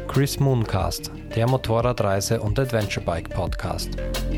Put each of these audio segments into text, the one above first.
Chris Mooncast, der Motorradreise- und Adventure-Bike-Podcast.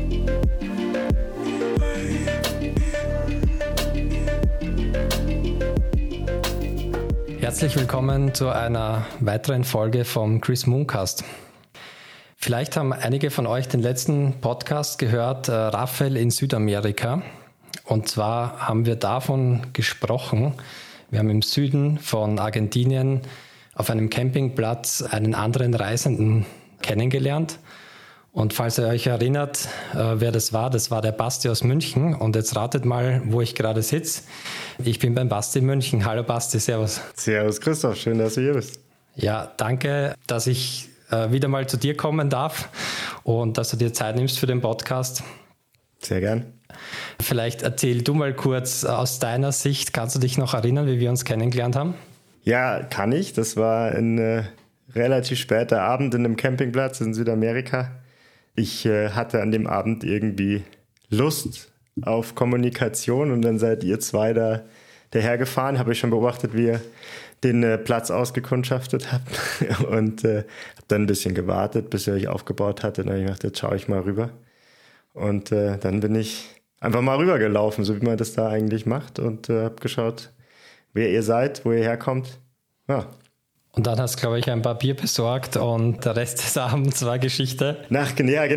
Herzlich willkommen zu einer weiteren Folge vom Chris Mooncast. Vielleicht haben einige von euch den letzten Podcast gehört, Raphael in Südamerika. Und zwar haben wir davon gesprochen. Wir haben im Süden von Argentinien auf einem Campingplatz einen anderen Reisenden kennengelernt. Und falls ihr euch erinnert, wer das war der Basti aus München. Und jetzt ratet mal, wo ich gerade sitze. Ich bin beim Basti in München. Hallo Basti, servus. Servus Christoph, schön, dass du hier bist. Ja, danke, dass ich wieder mal zu dir kommen darf und dass du dir Zeit nimmst für den Podcast. Sehr gern. Vielleicht erzähl du mal kurz aus deiner Sicht, kannst du dich noch erinnern, wie wir uns kennengelernt haben? Ja, kann ich. Das war ein relativ später Abend in einem Campingplatz in Südamerika. Ich hatte an dem Abend irgendwie Lust auf Kommunikation und dann seid ihr zwei dahergefahren, habe ich schon beobachtet, wie ihr den Platz ausgekundschaftet habt und habe dann ein bisschen gewartet, bis ihr euch aufgebaut hattet. Und dann habe ich gedacht, jetzt schaue ich mal rüber. Und dann bin ich einfach mal rübergelaufen, so wie man das da eigentlich macht und habe geschaut, wer ihr seid, wo ihr herkommt. Ja. Und dann hast du, glaube ich, ein paar Bier besorgt und der Rest des Abends war Geschichte. Nach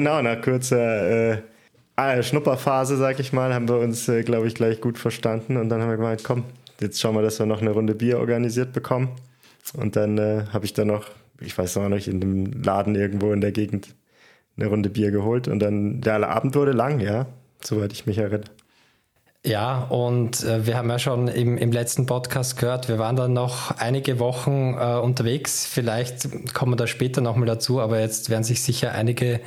kurzer Schnupperphase, sag ich mal, haben wir uns, glaube ich, gleich gut verstanden. Und dann haben wir gemeint, komm, jetzt schauen wir, dass wir noch eine Runde Bier organisiert bekommen. Und dann habe ich dann noch, ich weiß noch nicht, in dem Laden irgendwo in der Gegend eine Runde Bier geholt. Und dann, der Abend wurde lang, ja, soweit ich mich erinnere. Ja, und wir haben ja schon im letzten Podcast gehört, wir waren dann noch einige Wochen unterwegs. Vielleicht kommen wir da später nochmal dazu, aber jetzt werden sich sicher einige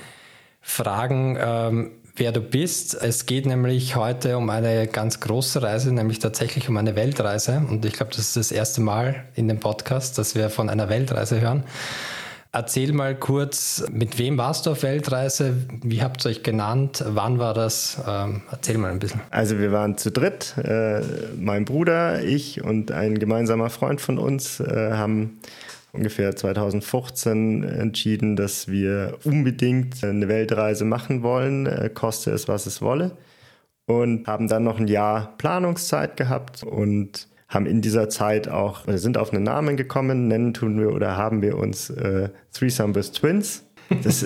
fragen, wer du bist. Es geht nämlich heute um eine ganz große Reise, nämlich tatsächlich um eine Weltreise. Und ich glaube, das ist das erste Mal in dem Podcast, dass wir von einer Weltreise hören. Erzähl mal kurz, mit wem warst du auf Weltreise? Wie habt ihr euch genannt? Wann war das? Erzähl mal ein bisschen. Also wir waren zu dritt, mein Bruder, ich und ein gemeinsamer Freund von uns haben ungefähr 2015 entschieden, dass wir unbedingt eine Weltreise machen wollen, koste es, was es wolle. Und haben dann noch ein Jahr Planungszeit gehabt und haben in dieser Zeit auch, oder sind auf einen Namen gekommen, nennen tun wir oder haben wir uns Threesome with Twins. Das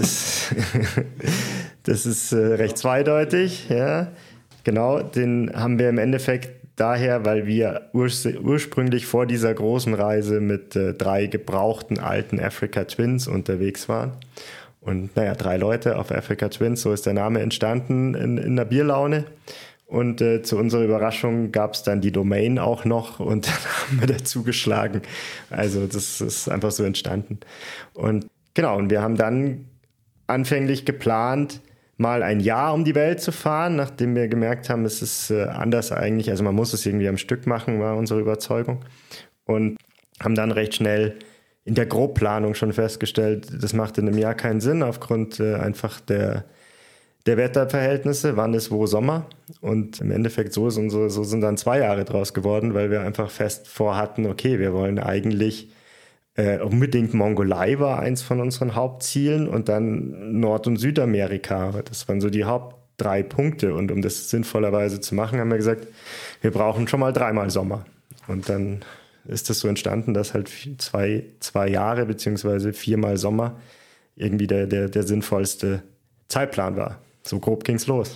ist recht zweideutig, ja. Genau, den haben wir im Endeffekt daher, weil wir ursprünglich vor dieser großen Reise mit 3 gebrauchten alten Africa Twins unterwegs waren. Und 3 Leute auf Africa Twins, so ist der Name entstanden in einer Bierlaune. Und zu unserer Überraschung gab es dann die Domain auch noch und dann haben wir dazu geschlagen. Also das ist einfach so entstanden. Und genau, und wir haben dann anfänglich geplant, mal ein Jahr um die Welt zu fahren, nachdem wir gemerkt haben, es ist anders eigentlich. Also man muss es irgendwie am Stück machen, war unsere Überzeugung. Und haben dann recht schnell in der Grobplanung schon festgestellt, das macht in einem Jahr keinen Sinn, aufgrund einfach der Wetterverhältnisse, wann ist wo Sommer. Und im Endeffekt so sind dann 2 Jahre draus geworden, weil wir einfach fest vorhatten, okay, wir wollen eigentlich unbedingt Mongolei war eins von unseren Hauptzielen und dann Nord- und Südamerika. Das waren so die Haupt 3 Punkte. Und um das sinnvollerweise zu machen, haben wir gesagt, wir brauchen schon mal 3-mal Sommer. Und dann ist das so entstanden, dass halt 2 Jahre beziehungsweise 4-mal Sommer irgendwie der sinnvollste Zeitplan war. So grob ging's los.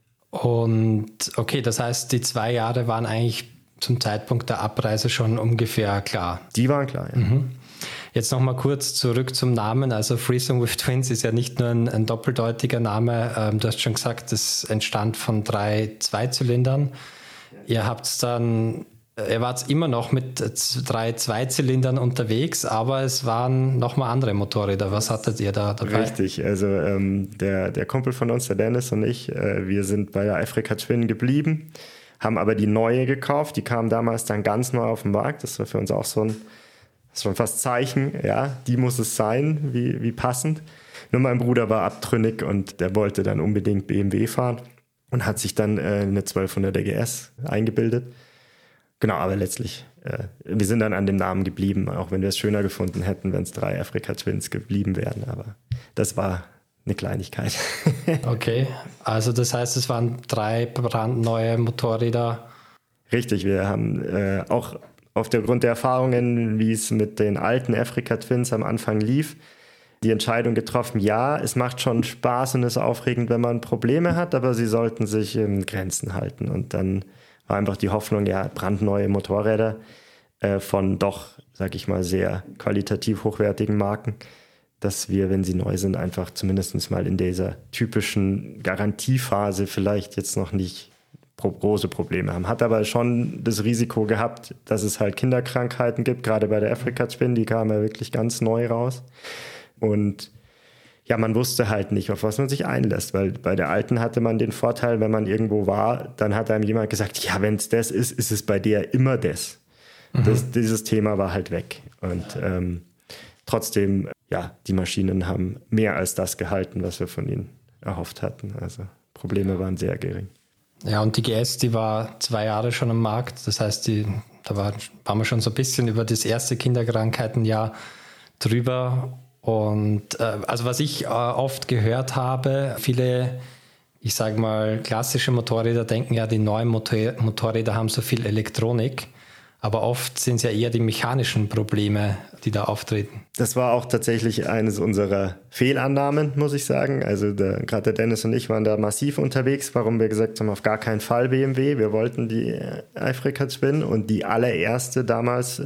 Und okay, das heißt, die 2 Jahre waren eigentlich zum Zeitpunkt der Abreise schon ungefähr klar. Die waren klar, ja. Mhm. Jetzt nochmal kurz zurück zum Namen. Also Threesome with Twins ist ja nicht nur ein doppeldeutiger Name. Du hast schon gesagt, es entstand von 3 Zweizylindern. Ihr wart immer noch mit 3 Zweizylindern unterwegs, aber es waren nochmal andere Motorräder. Was hattet ihr da dabei? Richtig, also der Kumpel von uns, der Dennis und ich, wir sind bei der Africa Twin geblieben, haben aber die neue gekauft. Die kam damals dann ganz neu auf den Markt. Das war für uns auch schon fast Zeichen, ja, die muss es sein, wie passend. Nur mein Bruder war abtrünnig und der wollte dann unbedingt BMW fahren und hat sich dann eine 1200er GS eingebildet. Genau, aber letztlich wir sind dann an dem Namen geblieben, auch wenn wir es schöner gefunden hätten, wenn es 3 Africa Twins geblieben wären. Aber das war eine Kleinigkeit. Okay, also das heißt, es waren 3 brandneue Motorräder. Richtig, wir haben auch aufgrund der Erfahrungen, wie es mit den alten Africa Twins am Anfang lief, die Entscheidung getroffen, ja, es macht schon Spaß und ist aufregend, wenn man Probleme hat, aber sie sollten sich in Grenzen halten. Und dann war einfach die Hoffnung, ja, brandneue Motorräder von doch, sag ich mal, sehr qualitativ hochwertigen Marken, dass wir, wenn sie neu sind, einfach zumindest mal in dieser typischen Garantiephase vielleicht jetzt noch nicht große Probleme haben. Hat aber schon das Risiko gehabt, dass es halt Kinderkrankheiten gibt, gerade bei der Africa Twin, die kam ja wirklich ganz neu raus. Und ja, man wusste halt nicht, auf was man sich einlässt, weil bei der alten hatte man den Vorteil, wenn man irgendwo war, dann hat einem jemand gesagt, ja, wenn es das ist, ist es bei der immer das. Dieses Thema war halt weg. Und trotzdem, ja, die Maschinen haben mehr als das gehalten, was wir von ihnen erhofft hatten. Also Probleme waren sehr gering. Ja, und die GS, die war 2 Jahre schon am Markt. Das heißt, da waren wir schon so ein bisschen über das erste Kinderkrankheitenjahr drüber. Und also was ich oft gehört habe, viele, ich sage mal, klassische Motorräder denken ja, die neuen Motorräder haben so viel Elektronik. Aber oft sind es ja eher die mechanischen Probleme, die da auftreten. Das war auch tatsächlich eines unserer Fehlannahmen, muss ich sagen. Also gerade der Dennis und ich waren da massiv unterwegs, warum wir gesagt haben, auf gar keinen Fall BMW. Wir wollten die Africa Twin und die allererste damals,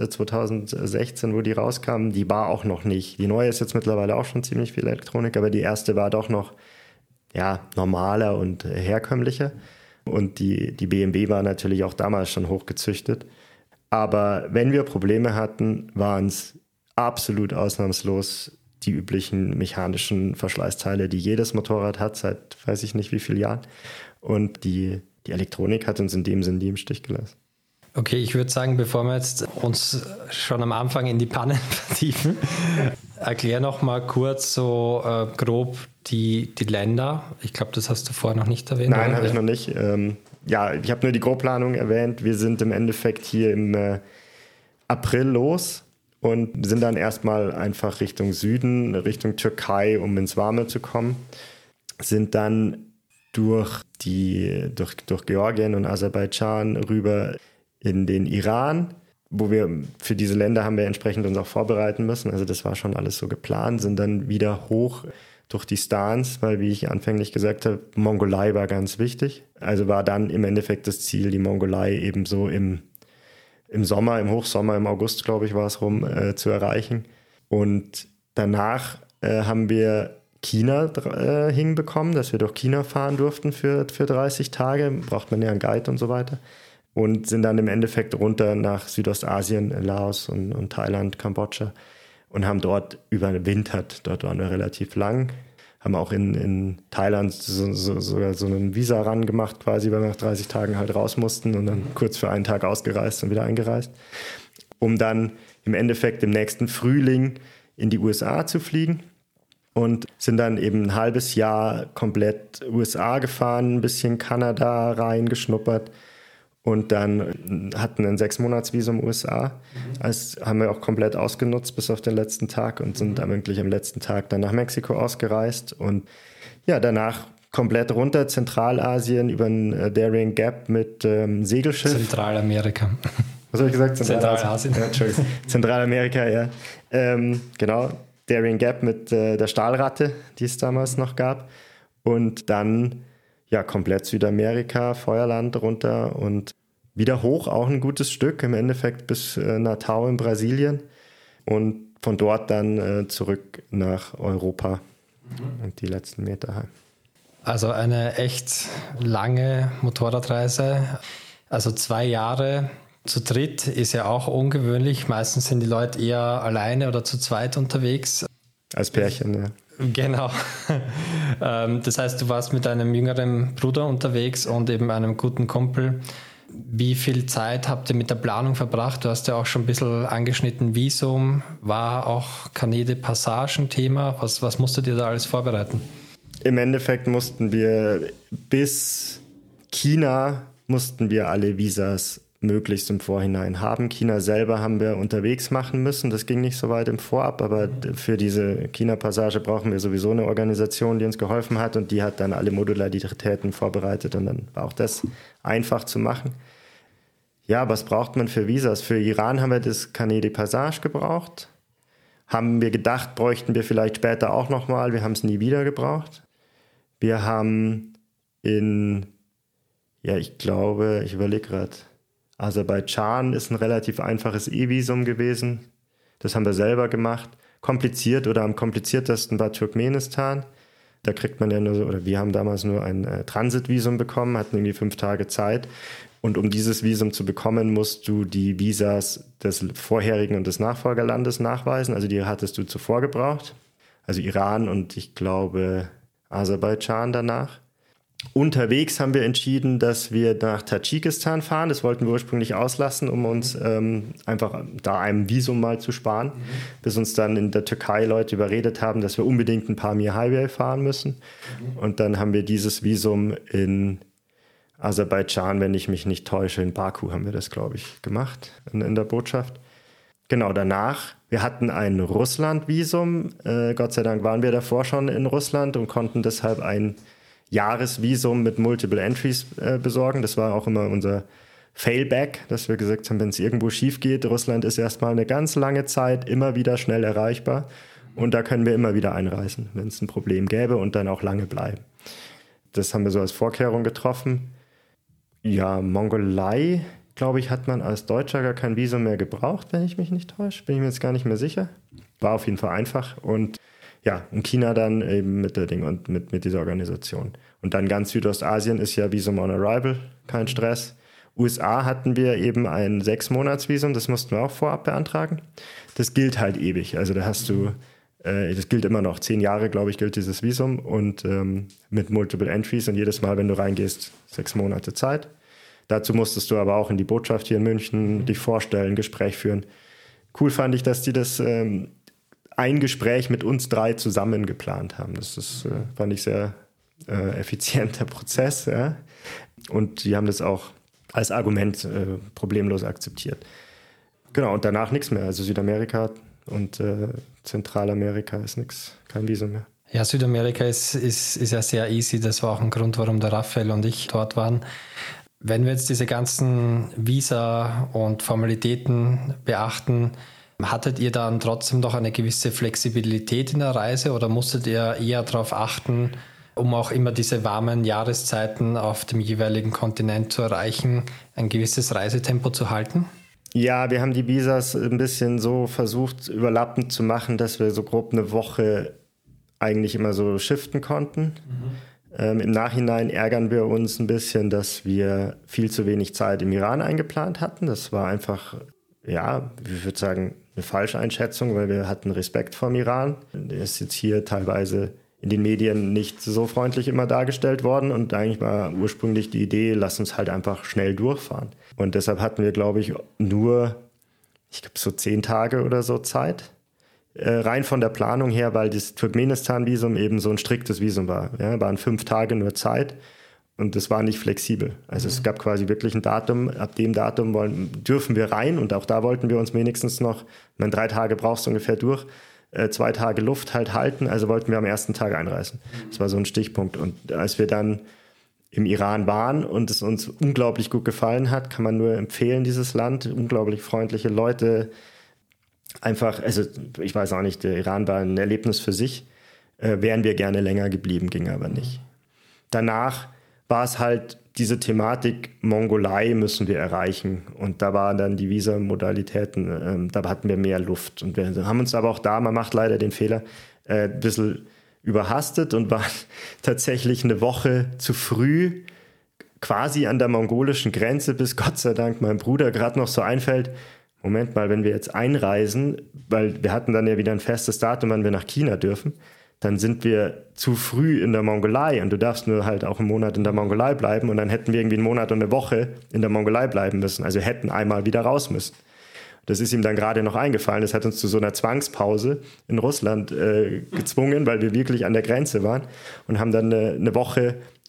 2016, wo die rauskamen, die war auch noch nicht. Die neue ist jetzt mittlerweile auch schon ziemlich viel Elektronik, aber die erste war doch noch normaler und herkömmlicher. Und die BMW war natürlich auch damals schon hochgezüchtet. Aber wenn wir Probleme hatten, waren es absolut ausnahmslos die üblichen mechanischen Verschleißteile, die jedes Motorrad hat, seit weiß ich nicht wie vielen Jahren. Und die Elektronik hat uns in dem Sinn nie im Stich gelassen. Okay, ich würde sagen, bevor wir jetzt uns schon am Anfang in die Pannen vertiefen, erklär noch mal kurz so grob die Länder. Ich glaube, das hast du vorher noch nicht erwähnt. Nein, habe ich noch nicht. Ich habe nur die Grobplanung erwähnt. Wir sind im Endeffekt hier im April los und sind dann erstmal einfach Richtung Süden, Richtung Türkei, um ins Warme zu kommen. Sind dann durch Georgien und Aserbaidschan rüber in den Iran, wo wir für diese Länder haben wir entsprechend uns auch vorbereiten müssen. Also das war schon alles so geplant, sind dann wieder hoch durch die Stans, weil, wie ich anfänglich gesagt habe, Mongolei war ganz wichtig. Also war dann im Endeffekt das Ziel, die Mongolei eben so im Sommer, im Hochsommer, im August, glaube ich, war es zu erreichen. Und danach haben wir China hinbekommen, dass wir durch China fahren durften für 30 Tage. Braucht man ja einen Guide und so weiter. Und sind dann im Endeffekt runter nach Südostasien, Laos und Thailand, Kambodscha. Und haben dort überwintert. Dort waren wir relativ lang. Haben auch in Thailand sogar so einen Visa ran gemacht, quasi, weil wir nach 30 Tagen halt raus mussten und dann kurz für einen Tag ausgereist und wieder eingereist. Um dann im Endeffekt im nächsten Frühling in die USA zu fliegen. Und sind dann eben ein halbes Jahr komplett USA gefahren, ein bisschen Kanada reingeschnuppert. Und dann hatten wir ein 6-Monats-Visum USA. Das haben wir auch komplett ausgenutzt bis auf den letzten Tag und sind dann wirklich am letzten Tag dann nach Mexiko ausgereist. Und ja, danach komplett runter, Zentralasien über ein Darien Gap mit Segelschiff. Zentralamerika. Was habe ich gesagt? Zentralasien. Ja, Entschuldigung. Zentralamerika, ja. Genau, Darien Gap mit der Stahlratte, die es damals noch gab. Und dann komplett Südamerika, Feuerland runter und wieder hoch, auch ein gutes Stück, im Endeffekt bis Natal in Brasilien und von dort dann zurück nach Europa und die letzten Meter heim. Also eine echt lange Motorradreise, also 2 Jahre zu dritt ist ja auch ungewöhnlich, meistens sind die Leute eher alleine oder zu zweit unterwegs. Als Pärchen, ja. Genau. Das heißt, du warst mit einem jüngeren Bruder unterwegs und eben einem guten Kumpel. Wie viel Zeit habt ihr mit der Planung verbracht? Du hast ja auch schon ein bisschen angeschnitten, Visum, war auch Cannet de Passage ein Thema. Was musstet ihr da alles vorbereiten? Im Endeffekt mussten wir bis China alle Visas möglichst im Vorhinein haben. China selber haben wir unterwegs machen müssen. Das ging nicht so weit im Vorab, aber für diese China-Passage brauchen wir sowieso eine Organisation, die uns geholfen hat und die hat dann alle Modularitäten vorbereitet und dann war auch das einfach zu machen. Ja, was braucht man für Visas? Für Iran haben wir das Carnet de Passage gebraucht. Haben wir gedacht, bräuchten wir vielleicht später auch nochmal. Wir haben es nie wieder gebraucht. Wir haben ich überlege gerade, Aserbaidschan ist ein relativ einfaches E-Visum gewesen. Das haben wir selber gemacht. Kompliziert oder am kompliziertesten war Turkmenistan. Da kriegt man ja wir haben damals nur ein Transitvisum bekommen, hatten irgendwie 5 Tage Zeit. Und um dieses Visum zu bekommen, musst du die Visas des vorherigen und des Nachfolgerlandes nachweisen. Also die hattest du zuvor gebraucht. Also Iran und ich glaube Aserbaidschan danach. Unterwegs haben wir entschieden, dass wir nach Tadschikistan fahren. Das wollten wir ursprünglich auslassen, um uns einfach da einem Visum mal zu sparen. Bis uns dann in der Türkei Leute überredet haben, dass wir unbedingt ein Pamir Highway fahren müssen. Und dann haben wir dieses Visum in Aserbaidschan, wenn ich mich nicht täusche, in Baku haben wir das, glaube ich, gemacht in der Botschaft. Genau, danach, wir hatten ein Russland-Visum. Gott sei Dank waren wir davor schon in Russland und konnten deshalb ein Jahresvisum mit Multiple Entries besorgen. Das war auch immer unser Failback, dass wir gesagt haben, wenn es irgendwo schief geht, Russland ist erstmal eine ganz lange Zeit immer wieder schnell erreichbar und da können wir immer wieder einreisen, wenn es ein Problem gäbe und dann auch lange bleiben. Das haben wir so als Vorkehrung getroffen. Ja, Mongolei, glaube ich, hat man als Deutscher gar kein Visum mehr gebraucht, wenn ich mich nicht täusche. Bin ich mir jetzt gar nicht mehr sicher. War auf jeden Fall einfach und ja, in China dann eben mit der Ding und mit dieser Organisation. Und dann ganz Südostasien ist ja Visum on Arrival, kein Stress. USA hatten wir eben ein 6-Monats-Visum, das mussten wir auch vorab beantragen. Das gilt halt ewig, also da hast du, das gilt immer noch, 10 Jahre, glaube ich, gilt dieses Visum und mit Multiple Entries und jedes Mal, wenn du reingehst, 6 Monate Zeit. Dazu musstest du aber auch in die Botschaft hier in München dich vorstellen, Gespräch führen. Cool fand ich, dass die das ein Gespräch mit uns 3 zusammen geplant haben. Das ist, fand ich, sehr effizienter Prozess. Ja? Und die haben das auch als Argument problemlos akzeptiert. Genau, und danach nichts mehr. Also Südamerika und Zentralamerika ist nichts, kein Visum mehr. Ja, Südamerika ist ja sehr easy. Das war auch ein Grund, warum der Raphael und ich dort waren. Wenn wir jetzt diese ganzen Visa und Formalitäten beachten, hattet ihr dann trotzdem noch eine gewisse Flexibilität in der Reise oder musstet ihr eher darauf achten, um auch immer diese warmen Jahreszeiten auf dem jeweiligen Kontinent zu erreichen, ein gewisses Reisetempo zu halten? Ja, wir haben die Visas ein bisschen so versucht, überlappend zu machen, dass wir so grob eine Woche eigentlich immer so shiften konnten. Im Nachhinein ärgern wir uns ein bisschen, dass wir viel zu wenig Zeit im Iran eingeplant hatten. Das war einfach, ja, ich würde sagen, eine Falscheinschätzung, weil wir hatten Respekt vor dem Iran. Der ist jetzt hier teilweise in den Medien nicht so freundlich immer dargestellt worden und eigentlich war ursprünglich die Idee, lass uns halt einfach schnell durchfahren. Und deshalb hatten wir, glaube ich, nur, so 10 Tage oder so Zeit. Rein von der Planung her, weil das Turkmenistan-Visum eben so ein striktes Visum war. Ja, waren 5 Tage nur Zeit und das war nicht flexibel. Also es gab quasi wirklich ein Datum, ab dem Datum dürfen wir rein und auch da wollten wir uns wenigstens noch, 3 Tage brauchst du ungefähr durch, 2 Tage Luft halt halten, also wollten wir am ersten Tag einreisen. Das war so ein Stichpunkt. Und als wir dann im Iran waren und es uns unglaublich gut gefallen hat, kann man nur empfehlen, dieses Land, unglaublich freundliche Leute, einfach, also ich weiß auch nicht, der Iran war ein Erlebnis für sich, wären wir gerne länger geblieben, ging aber nicht. Danach war es halt diese Thematik, Mongolei müssen wir erreichen und da waren dann die Visa-Modalitäten, da hatten wir mehr Luft und wir haben uns aber auch da, man macht leider den Fehler, ein bisschen überhastet und waren tatsächlich eine Woche zu früh quasi an der mongolischen Grenze, bis Gott sei Dank meinem Bruder gerade noch so einfällt, Moment mal, wenn wir jetzt einreisen, weil wir hatten dann ja wieder ein festes Datum, wann wir nach China dürfen, dann sind wir zu früh in der Mongolei und du darfst nur halt auch einen Monat in der Mongolei bleiben und dann hätten wir irgendwie einen Monat und eine Woche in der Mongolei bleiben müssen, also hätten einmal wieder raus müssen. Das ist ihm dann gerade noch eingefallen, das hat uns zu so einer Zwangspause in Russland gezwungen, weil wir wirklich an der Grenze waren und haben dann eine Woche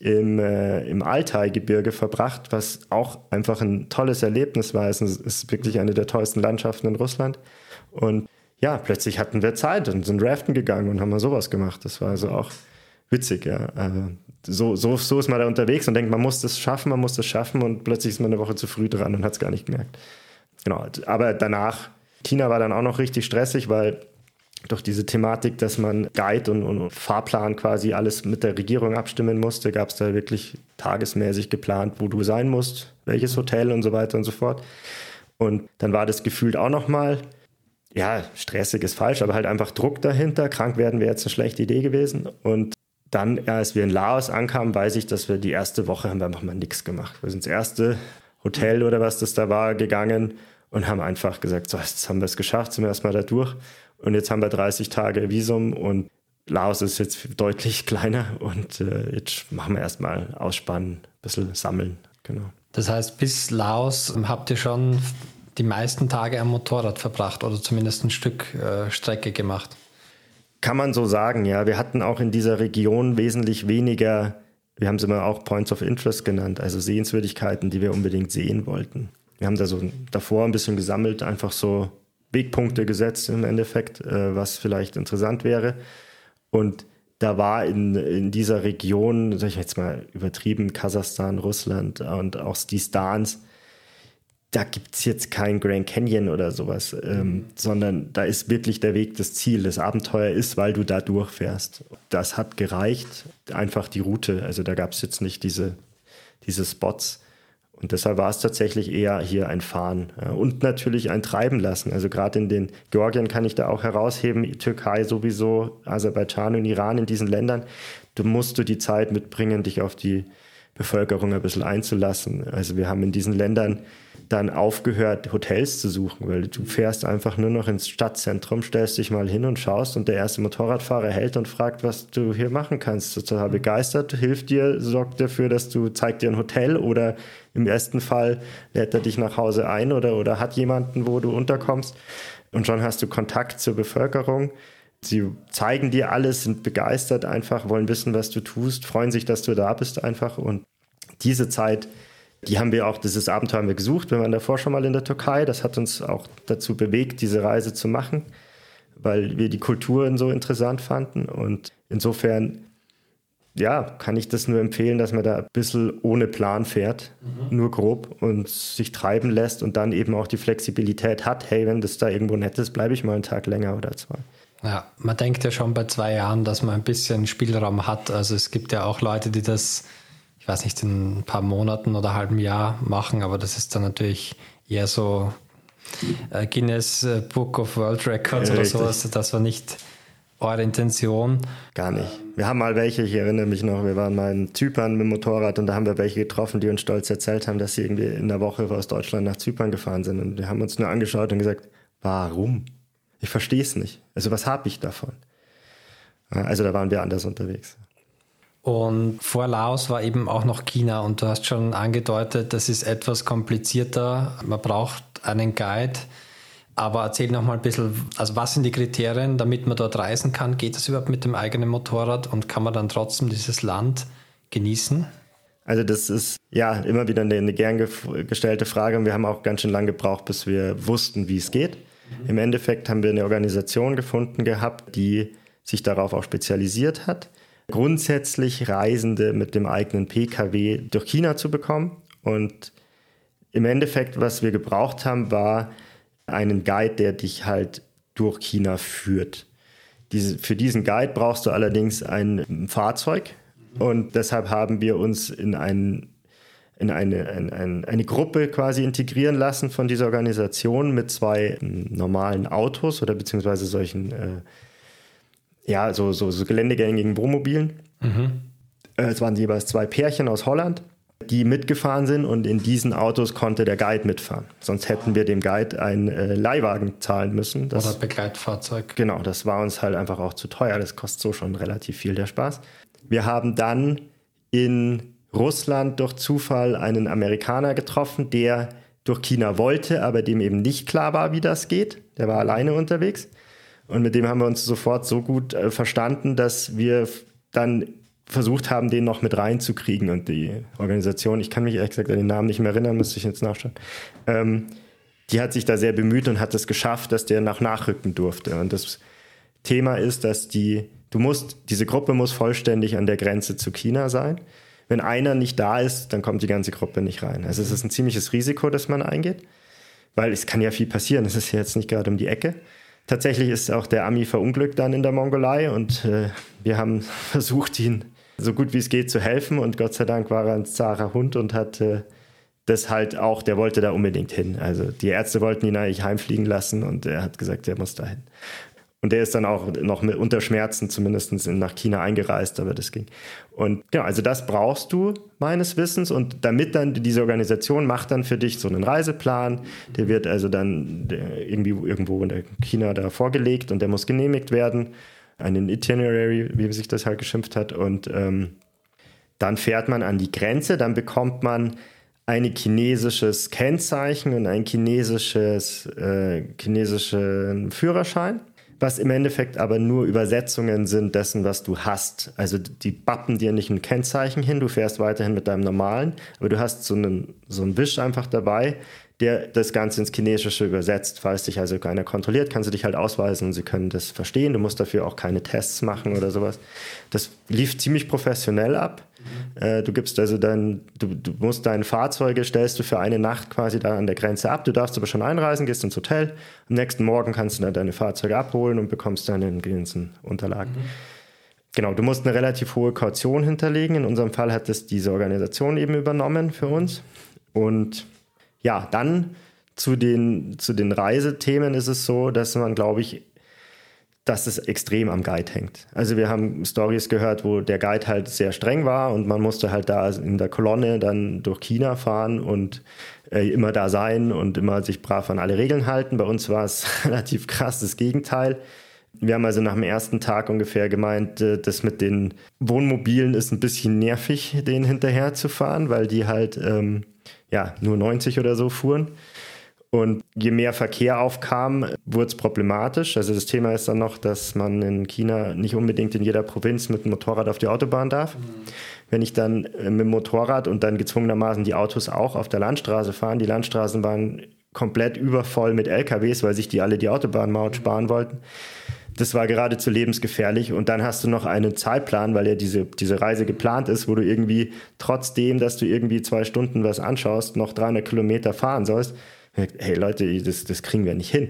im Altai-Gebirge verbracht, was auch einfach ein tolles Erlebnis war. Es ist wirklich eine der tollsten Landschaften in Russland. Und ja, plötzlich hatten wir Zeit und sind raften gegangen und haben mal sowas gemacht. Das war also auch witzig, ja. So ist man da unterwegs und denkt, man muss das schaffen und plötzlich ist man eine Woche zu früh dran und hat es gar nicht gemerkt. Genau, aber danach, China war dann auch noch richtig stressig, weil durch diese Thematik, dass man Guide und Fahrplan quasi alles mit der Regierung abstimmen musste, gab es da wirklich tagesmäßig geplant, wo du sein musst, welches Hotel und so weiter und so fort. Und dann war das gefühlt auch nochmal, ja, stressig ist falsch, aber halt einfach Druck dahinter. Krank werden wäre jetzt eine schlechte Idee gewesen. Und dann, als wir in Laos ankamen, weiß ich, dass wir die erste Woche haben wir einfach mal nichts gemacht. Wir sind ins erste Hotel oder was das da war gegangen und haben einfach gesagt, so, jetzt haben wir es geschafft, sind wir erstmal da durch. Und jetzt haben wir 30 Tage Visum und Laos ist jetzt deutlich kleiner und jetzt machen wir erstmal ausspannen, ein bisschen sammeln. Genau. Das heißt, bis Laos habt ihr schon die meisten Tage am Motorrad verbracht oder zumindest ein Stück Strecke gemacht? Kann man so sagen, ja. Wir hatten auch in dieser Region wesentlich weniger, wir haben es immer auch Points of Interest genannt, also Sehenswürdigkeiten, die wir unbedingt sehen wollten. Wir haben da so davor ein bisschen gesammelt, einfach so Wegpunkte gesetzt im Endeffekt, was vielleicht interessant wäre. Und da war in dieser Region, sag ich jetzt mal übertrieben, Kasachstan, Russland und auch die Stans, da gibt es jetzt kein Grand Canyon oder sowas, sondern da ist wirklich der Weg das Ziel. Das Abenteuer ist, weil du da durchfährst. Das hat gereicht, einfach die Route. Also da gab es jetzt nicht diese Spots. Und deshalb war es tatsächlich eher hier ein Fahren und natürlich ein Treiben lassen. Also gerade in den Georgien kann ich da auch herausheben, Türkei sowieso, Aserbaidschan und Iran, in diesen Ländern. Du musst die Zeit mitbringen, dich auf die Bevölkerung ein bisschen einzulassen. Also wir haben in diesen Ländern dann aufgehört, Hotels zu suchen, weil du fährst einfach nur noch ins Stadtzentrum, stellst dich mal hin und schaust und der erste Motorradfahrer hält und fragt, was du hier machen kannst. Total begeistert, hilft dir, sorgt dafür, zeigt dir ein Hotel oder im besten Fall lädt er dich nach Hause ein oder hat jemanden, wo du unterkommst und schon hast du Kontakt zur Bevölkerung. Sie zeigen dir alles, sind begeistert einfach, wollen wissen, was du tust, freuen sich, dass du da bist einfach und diese Zeit, dieses Abenteuer haben wir gesucht. Wir waren davor schon mal in der Türkei. Das hat uns auch dazu bewegt, diese Reise zu machen, weil wir die Kulturen so interessant fanden. Und insofern, ja, kann ich das nur empfehlen, dass man da ein bisschen ohne Plan fährt, nur grob und sich treiben lässt und dann eben auch die Flexibilität hat. Hey, wenn das da irgendwo nett ist, bleibe ich mal einen Tag länger oder zwei. Ja, man denkt ja schon bei 2 Jahren, dass man ein bisschen Spielraum hat. Also es gibt ja auch Leute, die das, ich weiß nicht, in ein paar Monaten oder halbem Jahr machen, aber das ist dann natürlich eher so Guinness Book of World Records oder sowas. Das war nicht eure Intention. Gar nicht. Wir haben mal welche, ich erinnere mich noch, wir waren mal in Zypern mit dem Motorrad und da haben wir welche getroffen, die uns stolz erzählt haben, dass sie irgendwie in der Woche aus Deutschland nach Zypern gefahren sind. Und wir haben uns nur angeschaut und gesagt, warum? Ich verstehe es nicht. Also was habe ich davon? Also da waren wir anders unterwegs. Und vor Laos war eben auch noch China und du hast schon angedeutet, das ist etwas komplizierter. Man braucht einen Guide. Aber erzähl noch mal ein bisschen, also was sind die Kriterien, damit man dort reisen kann? Geht das überhaupt mit dem eigenen Motorrad und kann man dann trotzdem dieses Land genießen? Also das ist ja immer wieder eine gern gestellte Frage und wir haben auch ganz schön lange gebraucht, bis wir wussten, wie es geht. Im Endeffekt haben wir eine Organisation gefunden gehabt, die sich darauf auch spezialisiert hat, grundsätzlich Reisende mit dem eigenen PKW durch China zu bekommen. Und im Endeffekt, was wir gebraucht haben, war einen Guide, der dich halt durch China führt. Für diesen Guide brauchst du allerdings ein Fahrzeug und deshalb haben wir uns in eine Gruppe quasi integrieren lassen von dieser Organisation mit 2 normalen Autos oder beziehungsweise solchen so geländegängigen Wohnmobilen. Es waren jeweils 2 Pärchen aus Holland, die mitgefahren sind und in diesen Autos konnte der Guide mitfahren. Sonst hätten wir dem Guide einen Leihwagen zahlen müssen. Oder Begleitfahrzeug. Genau, das war uns halt einfach auch zu teuer. Das kostet so schon relativ viel, der Spaß. Wir haben dann in Russland durch Zufall einen Amerikaner getroffen, der durch China wollte, aber dem eben nicht klar war, wie das geht. Der war alleine unterwegs. Und mit dem haben wir uns sofort so gut verstanden, dass wir dann versucht haben, den noch mit reinzukriegen. Und die Organisation, ich kann mich ehrlich gesagt an den Namen nicht mehr erinnern, müsste ich jetzt nachschauen, die hat sich da sehr bemüht und hat es geschafft, dass der nachrücken durfte. Und das Thema ist, dass diese Gruppe muss vollständig an der Grenze zu China sein. Wenn einer nicht da ist, dann kommt die ganze Gruppe nicht rein. Also es ist ein ziemliches Risiko, das man eingeht, weil es kann ja viel passieren. Es ist ja jetzt nicht gerade um die Ecke. Tatsächlich ist auch der Ami verunglückt dann in der Mongolei und wir haben versucht, ihn so gut wie es geht zu helfen und Gott sei Dank war er ein zahrer Hund und hat das halt auch, der wollte da unbedingt hin. Also die Ärzte wollten ihn eigentlich heimfliegen lassen und er hat gesagt, er muss dahin. Und der ist dann auch noch unter Schmerzen zumindest nach China eingereist, aber das ging. Und ja, also das brauchst du meines Wissens und damit dann diese Organisation macht dann für dich so einen Reiseplan, der wird also dann irgendwo in China da vorgelegt und der muss genehmigt werden, einen Itinerary, wie sich das halt geschimpft hat und dann fährt man an die Grenze, dann bekommt man ein chinesisches Kennzeichen und ein chinesischen Führerschein, was im Endeffekt aber nur Übersetzungen sind dessen, was du hast. Also die bappen dir nicht ein Kennzeichen hin, du fährst weiterhin mit deinem normalen, aber du hast so einen Wisch einfach dabei, der das Ganze ins Chinesische übersetzt. Falls dich also keiner kontrolliert, kannst du dich halt ausweisen und sie können das verstehen. Du musst dafür auch keine Tests machen oder sowas. Das lief ziemlich professionell ab. Du gibst also du musst deine Fahrzeuge, stellst du für eine Nacht quasi da an der Grenze ab. Du darfst aber schon einreisen, gehst ins Hotel. Am nächsten Morgen kannst du dann deine Fahrzeuge abholen und bekommst deine ganzen Unterlagen. Genau, du musst eine relativ hohe Kaution hinterlegen. In unserem Fall hat das diese Organisation eben übernommen für uns. Und ja, dann zu den Reisethemen ist es so, dass man, glaube ich, dass es extrem am Guide hängt. Also wir haben Storys gehört, wo der Guide halt sehr streng war und man musste halt da in der Kolonne dann durch China fahren und immer da sein und immer sich brav an alle Regeln halten. Bei uns war es relativ krass das Gegenteil. Wir haben also nach dem ersten Tag ungefähr gemeint, das mit den Wohnmobilen ist ein bisschen nervig, denen hinterher zu fahren, weil die halt nur 90 oder so fuhren. Und je mehr Verkehr aufkam, wurde es problematisch. Also das Thema ist dann noch, dass man in China nicht unbedingt in jeder Provinz mit dem Motorrad auf die Autobahn darf. Wenn ich dann mit dem Motorrad und dann gezwungenermaßen die Autos auch auf der Landstraße fahren, die Landstraßen waren komplett übervoll mit LKWs, weil sich die alle die Autobahnmaut sparen wollten. Das war geradezu lebensgefährlich. Und dann hast du noch einen Zeitplan, weil ja diese Reise geplant ist, wo du irgendwie trotzdem, dass du irgendwie 2 Stunden was anschaust, noch 300 Kilometer fahren sollst. Hey Leute, das kriegen wir nicht hin.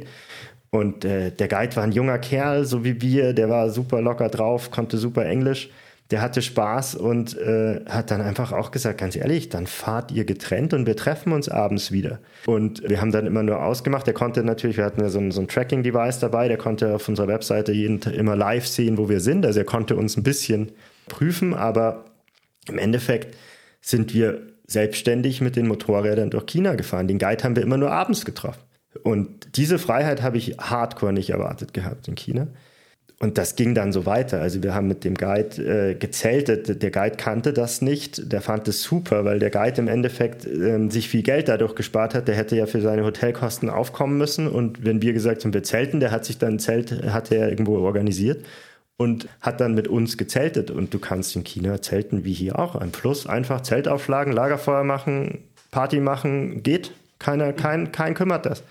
Und der Guide war ein junger Kerl, so wie wir, der war super locker drauf, konnte super Englisch, der hatte Spaß und hat dann einfach auch gesagt, ganz ehrlich, dann fahrt ihr getrennt und wir treffen uns abends wieder. Und wir haben dann immer nur ausgemacht, der konnte natürlich, wir hatten ja so ein Tracking-Device dabei, der konnte auf unserer Webseite immer live sehen, wo wir sind, also er konnte uns ein bisschen prüfen, aber im Endeffekt sind wir selbstständig mit den Motorrädern durch China gefahren. Den Guide haben wir immer nur abends getroffen. Und diese Freiheit habe ich hardcore nicht erwartet gehabt in China. Und das ging dann so weiter. Also wir haben mit dem Guide gezeltet. Der Guide kannte das nicht. Der fand es super, weil der Guide im Endeffekt sich viel Geld dadurch gespart hat. Der hätte ja für seine Hotelkosten aufkommen müssen. Und wenn wir gesagt haben, wir zelten, der hat sich dann ein Zelt, hat er irgendwo organisiert und hat dann mit uns gezeltet. Und du kannst in China zelten wie hier auch. Am Fluss einfach Zelt aufschlagen, Lagerfeuer machen, Party machen, geht. Kein kümmert das.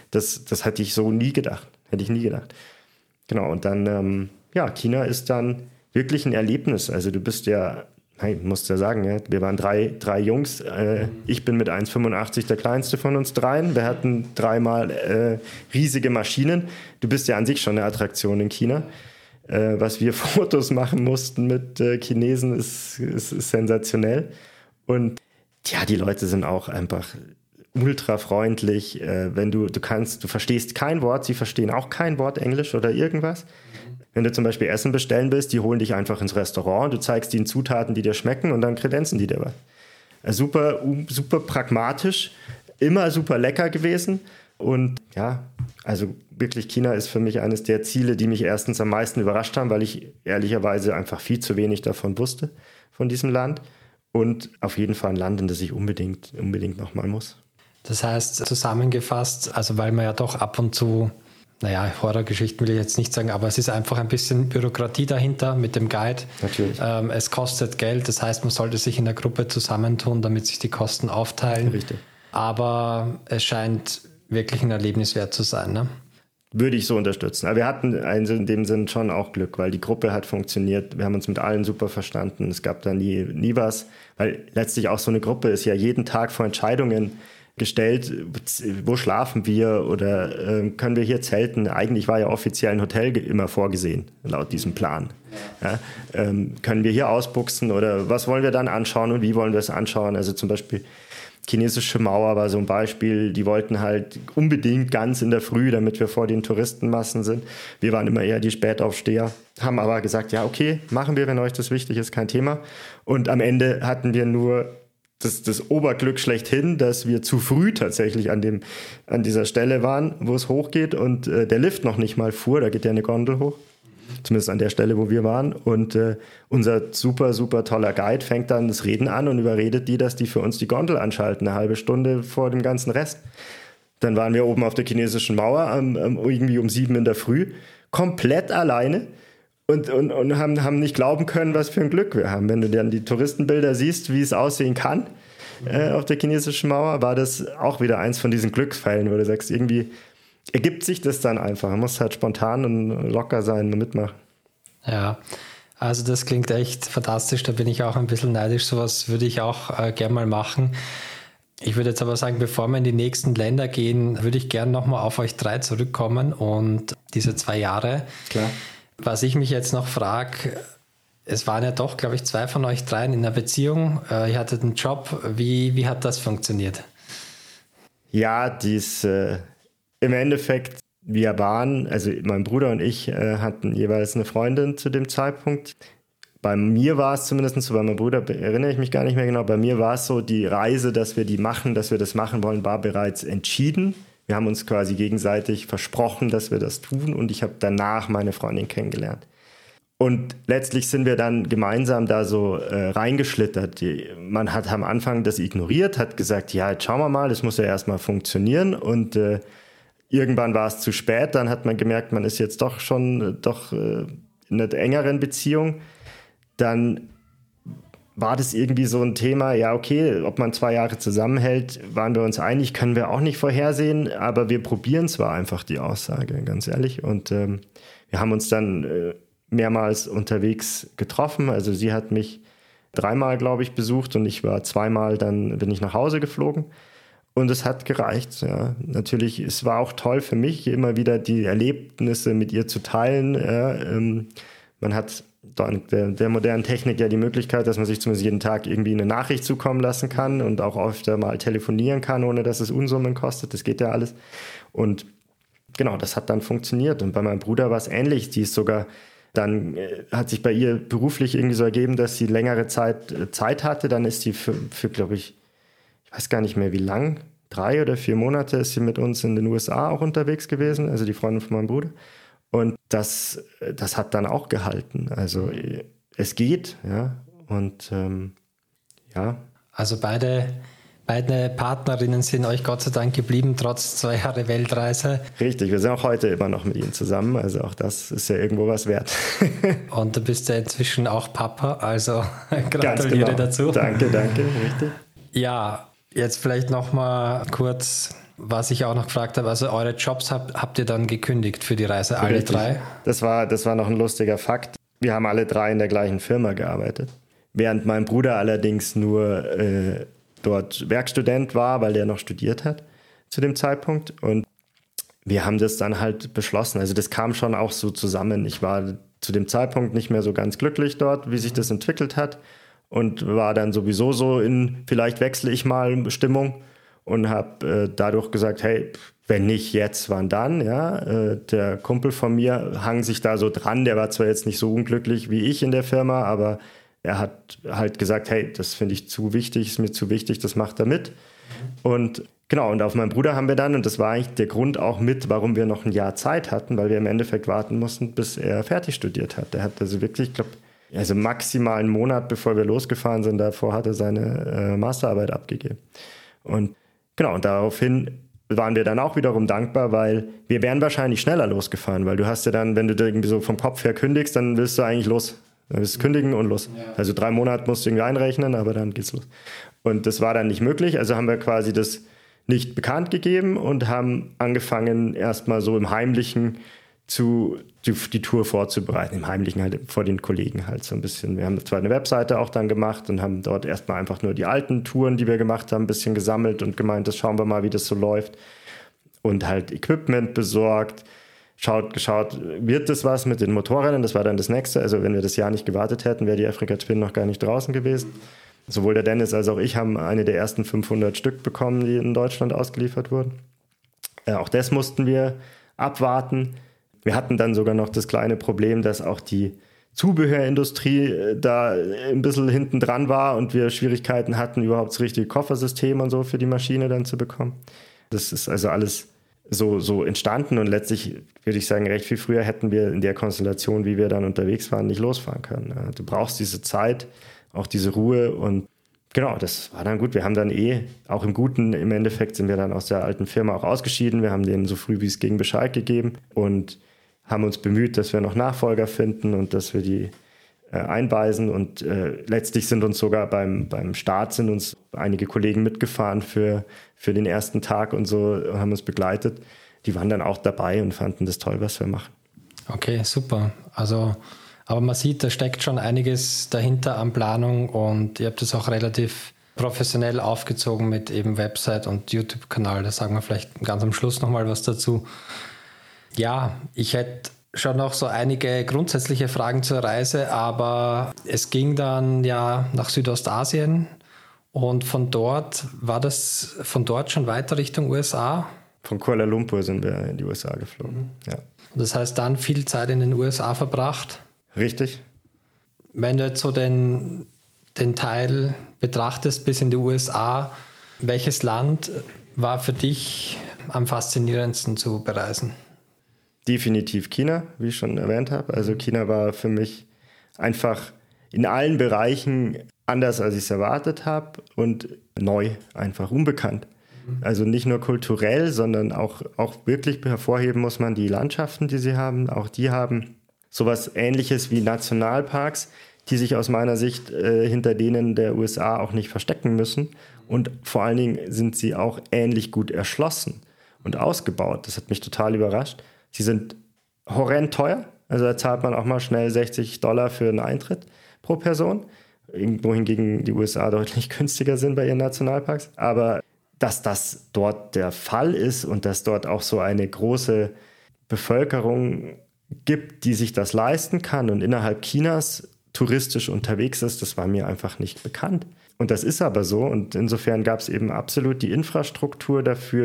Das hätte ich so nie gedacht. Hätte ich nie gedacht. Genau, und dann, China ist dann wirklich ein Erlebnis. Also du bist ja, musst ja sagen, ja, wir waren drei Jungs. Ich bin mit 1,85 der kleinste von uns dreien. Wir hatten 3-mal riesige Maschinen. Du bist ja an sich schon eine Attraktion in China. Was wir Fotos machen mussten mit Chinesen ist sensationell. Und ja, die Leute sind auch einfach ultra freundlich. Wenn du verstehst kein Wort, sie verstehen auch kein Wort Englisch oder irgendwas. Wenn du zum Beispiel Essen bestellen willst, die holen dich einfach ins Restaurant, du zeigst ihnen Zutaten, die dir schmecken und dann kredenzen die dir was. Super, super pragmatisch, immer super lecker gewesen. Und ja, also wirklich China ist für mich eines der Ziele, die mich erstens am meisten überrascht haben, weil ich ehrlicherweise einfach viel zu wenig davon wusste, von diesem Land. Und auf jeden Fall ein Land, in das ich unbedingt nochmal muss. Das heißt, zusammengefasst, also weil man ja doch ab und zu naja, Horrorgeschichten will ich jetzt nicht sagen, aber es ist einfach ein bisschen Bürokratie dahinter mit dem Guide. Natürlich. Es kostet Geld, das heißt, man sollte sich in der Gruppe zusammentun, damit sich die Kosten aufteilen. Richtig. Aber es scheint wirklich ein Erlebnis wert zu sein, ne? Würde ich so unterstützen. Aber wir hatten in dem Sinn schon auch Glück, weil die Gruppe hat funktioniert. Wir haben uns mit allen super verstanden. Es gab da nie was. Weil letztlich auch so eine Gruppe ist ja jeden Tag vor Entscheidungen gestellt. Wo schlafen wir oder können wir hier zelten? Eigentlich war ja offiziell ein Hotel immer vorgesehen, laut diesem Plan. Ja, können wir hier ausbuchsen oder was wollen wir dann anschauen und wie wollen wir es anschauen? Also zum Beispiel Chinesische Mauer war so ein Beispiel, die wollten halt unbedingt ganz in der Früh, damit wir vor den Touristenmassen sind. Wir waren immer eher die Spätaufsteher, haben aber gesagt, ja okay, machen wir, wenn euch das wichtig ist, kein Thema. Und am Ende hatten wir nur das Oberglück schlechthin, dass wir zu früh tatsächlich an dieser Stelle waren, wo es hochgeht und der Lift noch nicht mal fuhr, da geht ja eine Gondel hoch. Zumindest an der Stelle, wo wir waren. Und unser super, super toller Guide fängt dann das Reden an und überredet die, dass die für uns die Gondel anschalten, eine halbe Stunde vor dem ganzen Rest. Dann waren wir oben auf der chinesischen Mauer, irgendwie um 7 in der Früh, komplett alleine und haben nicht glauben können, was für ein Glück wir haben. Wenn du dann die Touristenbilder siehst, wie es aussehen kann auf der chinesischen Mauer, war das auch wieder eins von diesen Glücksfällen, wo du sagst, irgendwie ergibt sich das dann einfach. Man muss halt spontan und locker sein und mitmachen. Ja, also das klingt echt fantastisch. Da bin ich auch ein bisschen neidisch. Sowas würde ich auch gern mal machen. Ich würde jetzt aber sagen, bevor wir in die nächsten Länder gehen, würde ich gern nochmal auf euch 3 zurückkommen und diese 2 Jahre. Klar. Was ich mich jetzt noch frage, es waren ja doch, glaube ich, 2 von euch 3 in einer Beziehung. Ihr hattet einen Job. Wie hat das funktioniert? Ja, im Endeffekt, wir waren, also mein Bruder und ich hatten jeweils eine Freundin zu dem Zeitpunkt. Bei mir war es zumindest so, bei meinem Bruder erinnere ich mich gar nicht mehr genau, bei mir war es so, die Reise, dass wir das machen wollen, war bereits entschieden. Wir haben uns quasi gegenseitig versprochen, dass wir das tun und ich habe danach meine Freundin kennengelernt. Und letztlich sind wir dann gemeinsam da so reingeschlittert. Man hat am Anfang das ignoriert, hat gesagt, ja, jetzt schauen wir mal, das muss ja erstmal funktionieren und irgendwann war es zu spät, dann hat man gemerkt, man ist jetzt doch schon in einer engeren Beziehung. Dann war das irgendwie so ein Thema, ja okay, ob man 2 Jahre zusammenhält, waren wir uns einig, können wir auch nicht vorhersehen, aber wir probieren zwar einfach die Aussage, ganz ehrlich. Und wir haben uns dann mehrmals unterwegs getroffen, also sie hat mich 3-mal, glaube ich, besucht und ich war 2-mal, dann bin ich nach Hause geflogen. Und es hat gereicht, ja. Natürlich, es war auch toll für mich, immer wieder die Erlebnisse mit ihr zu teilen. Ja. Man hat dank der modernen Technik ja die Möglichkeit, dass man sich zumindest jeden Tag irgendwie eine Nachricht zukommen lassen kann und auch öfter mal telefonieren kann, ohne dass es Unsummen kostet. Das geht ja alles. Und genau, das hat dann funktioniert. Und bei meinem Bruder war es ähnlich. Die ist sogar dann, hat sich bei ihr beruflich irgendwie so ergeben, dass sie längere Zeit hatte. Dann ist sie für glaube ich weiß gar nicht mehr wie lang, 3 oder 4 Monate ist sie mit uns in den USA auch unterwegs gewesen, also die Freundin von meinem Bruder. Und das hat dann auch gehalten. Also es geht, ja. Und ja. Also beide Partnerinnen sind euch Gott sei Dank geblieben, trotz 2 Jahre Weltreise. Richtig, wir sind auch heute immer noch mit ihnen zusammen. Also auch das ist ja irgendwo was wert. Und du bist ja inzwischen auch Papa, also gratuliere dazu. Danke, richtig. Ja, jetzt vielleicht noch mal kurz, was ich auch noch gefragt habe. Also eure Jobs habt ihr dann gekündigt für die Reise, alle Richtig. 3? Das war noch ein lustiger Fakt. Wir haben alle 3 in der gleichen Firma gearbeitet. Während mein Bruder allerdings nur dort Werkstudent war, weil der noch studiert hat zu dem Zeitpunkt. Und wir haben das dann halt beschlossen. Also das kam schon auch so zusammen. Ich war zu dem Zeitpunkt nicht mehr so ganz glücklich dort, wie sich das entwickelt hat. Und war dann sowieso so in, vielleicht wechsle ich mal Stimmung und habe dadurch gesagt, hey, wenn nicht jetzt, wann dann? Ja, der Kumpel von mir hang sich da so dran, der war zwar jetzt nicht so unglücklich wie ich in der Firma, aber er hat halt gesagt, hey, das finde ich zu wichtig, ist mir zu wichtig, das macht er mit. Und genau, und auf meinen Bruder haben wir dann, und das war eigentlich der Grund auch mit, warum wir noch ein Jahr Zeit hatten, weil wir im Endeffekt warten mussten, bis er fertig studiert hat. Der hat also wirklich, ich glaube, also maximal einen Monat, bevor wir losgefahren sind, davor hat er seine Masterarbeit abgegeben. Und genau, und daraufhin waren wir dann auch wiederum dankbar, weil wir wären wahrscheinlich schneller losgefahren, weil du hast ja dann, wenn du irgendwie so vom Kopf her kündigst, dann willst du eigentlich los. Dann willst du kündigen und los. Ja. Also 3 Monate musst du irgendwie einrechnen, aber dann geht's los. Und das war dann nicht möglich, also haben wir quasi das nicht bekannt gegeben und haben angefangen, erstmal so im Heimlichen die Tour vorzubereiten. Im Heimlichen halt vor den Kollegen halt so ein bisschen. Wir haben zwar eine Webseite auch dann gemacht und haben dort erstmal einfach nur die alten Touren, die wir gemacht haben, ein bisschen gesammelt und gemeint, das schauen wir mal, wie das so läuft. Und halt Equipment besorgt, geschaut, wird das was mit den Motorrädern? Das war dann das Nächste. Also wenn wir das Jahr nicht gewartet hätten, wäre die Africa Twin noch gar nicht draußen gewesen. Sowohl der Dennis als auch ich haben eine der ersten 500 Stück bekommen, die in Deutschland ausgeliefert wurden. Auch das mussten wir abwarten. Wir hatten dann sogar noch das kleine Problem, dass auch die Zubehörindustrie da ein bisschen hinten dran war und wir Schwierigkeiten hatten, überhaupt das richtige Koffersystem und so für die Maschine dann zu bekommen. Das ist also alles so entstanden und letztlich würde ich sagen, recht viel früher hätten wir in der Konstellation, wie wir dann unterwegs waren, nicht losfahren können. Du brauchst diese Zeit, auch diese Ruhe und genau, das war dann gut. Wir haben dann auch im Guten, im Endeffekt sind wir dann aus der alten Firma auch ausgeschieden. Wir haben denen so früh wie es ging Bescheid gegeben und haben uns bemüht, dass wir noch Nachfolger finden und dass wir die einweisen und letztlich sind uns sogar beim Start sind uns einige Kollegen mitgefahren für den ersten Tag und so haben uns begleitet. Die waren dann auch dabei und fanden das toll, was wir machen. Okay, super. Also, aber man sieht, da steckt schon einiges dahinter an Planung und ihr habt das auch relativ professionell aufgezogen mit eben Website und YouTube-Kanal. Da sagen wir vielleicht ganz am Schluss nochmal was dazu. Ja, ich hätte schon noch so einige grundsätzliche Fragen zur Reise, aber es ging dann ja nach Südostasien und von dort schon weiter Richtung USA? Von Kuala Lumpur sind wir in die USA geflogen, ja. Das heißt, dann viel Zeit in den USA verbracht? Richtig. Wenn du jetzt so den Teil betrachtest bis in die USA, welches Land war für dich am faszinierendsten zu bereisen? Definitiv China, wie ich schon erwähnt habe. Also China war für mich einfach in allen Bereichen anders, als ich es erwartet habe und neu, einfach unbekannt. Also nicht nur kulturell, sondern auch wirklich hervorheben muss man die Landschaften, die sie haben. Auch die haben sowas Ähnliches wie Nationalparks, die sich aus meiner Sicht hinter denen der USA auch nicht verstecken müssen. Und vor allen Dingen sind sie auch ähnlich gut erschlossen und ausgebaut. Das hat mich total überrascht. Sie sind horrend teuer, also da zahlt man auch mal schnell $60 für einen Eintritt pro Person, wohingegen die USA deutlich günstiger sind bei ihren Nationalparks. Aber dass das dort der Fall ist und dass dort auch so eine große Bevölkerung gibt, die sich das leisten kann und innerhalb Chinas touristisch unterwegs ist, das war mir einfach nicht bekannt. Und das ist aber so und insofern gab es eben absolut die Infrastruktur dafür.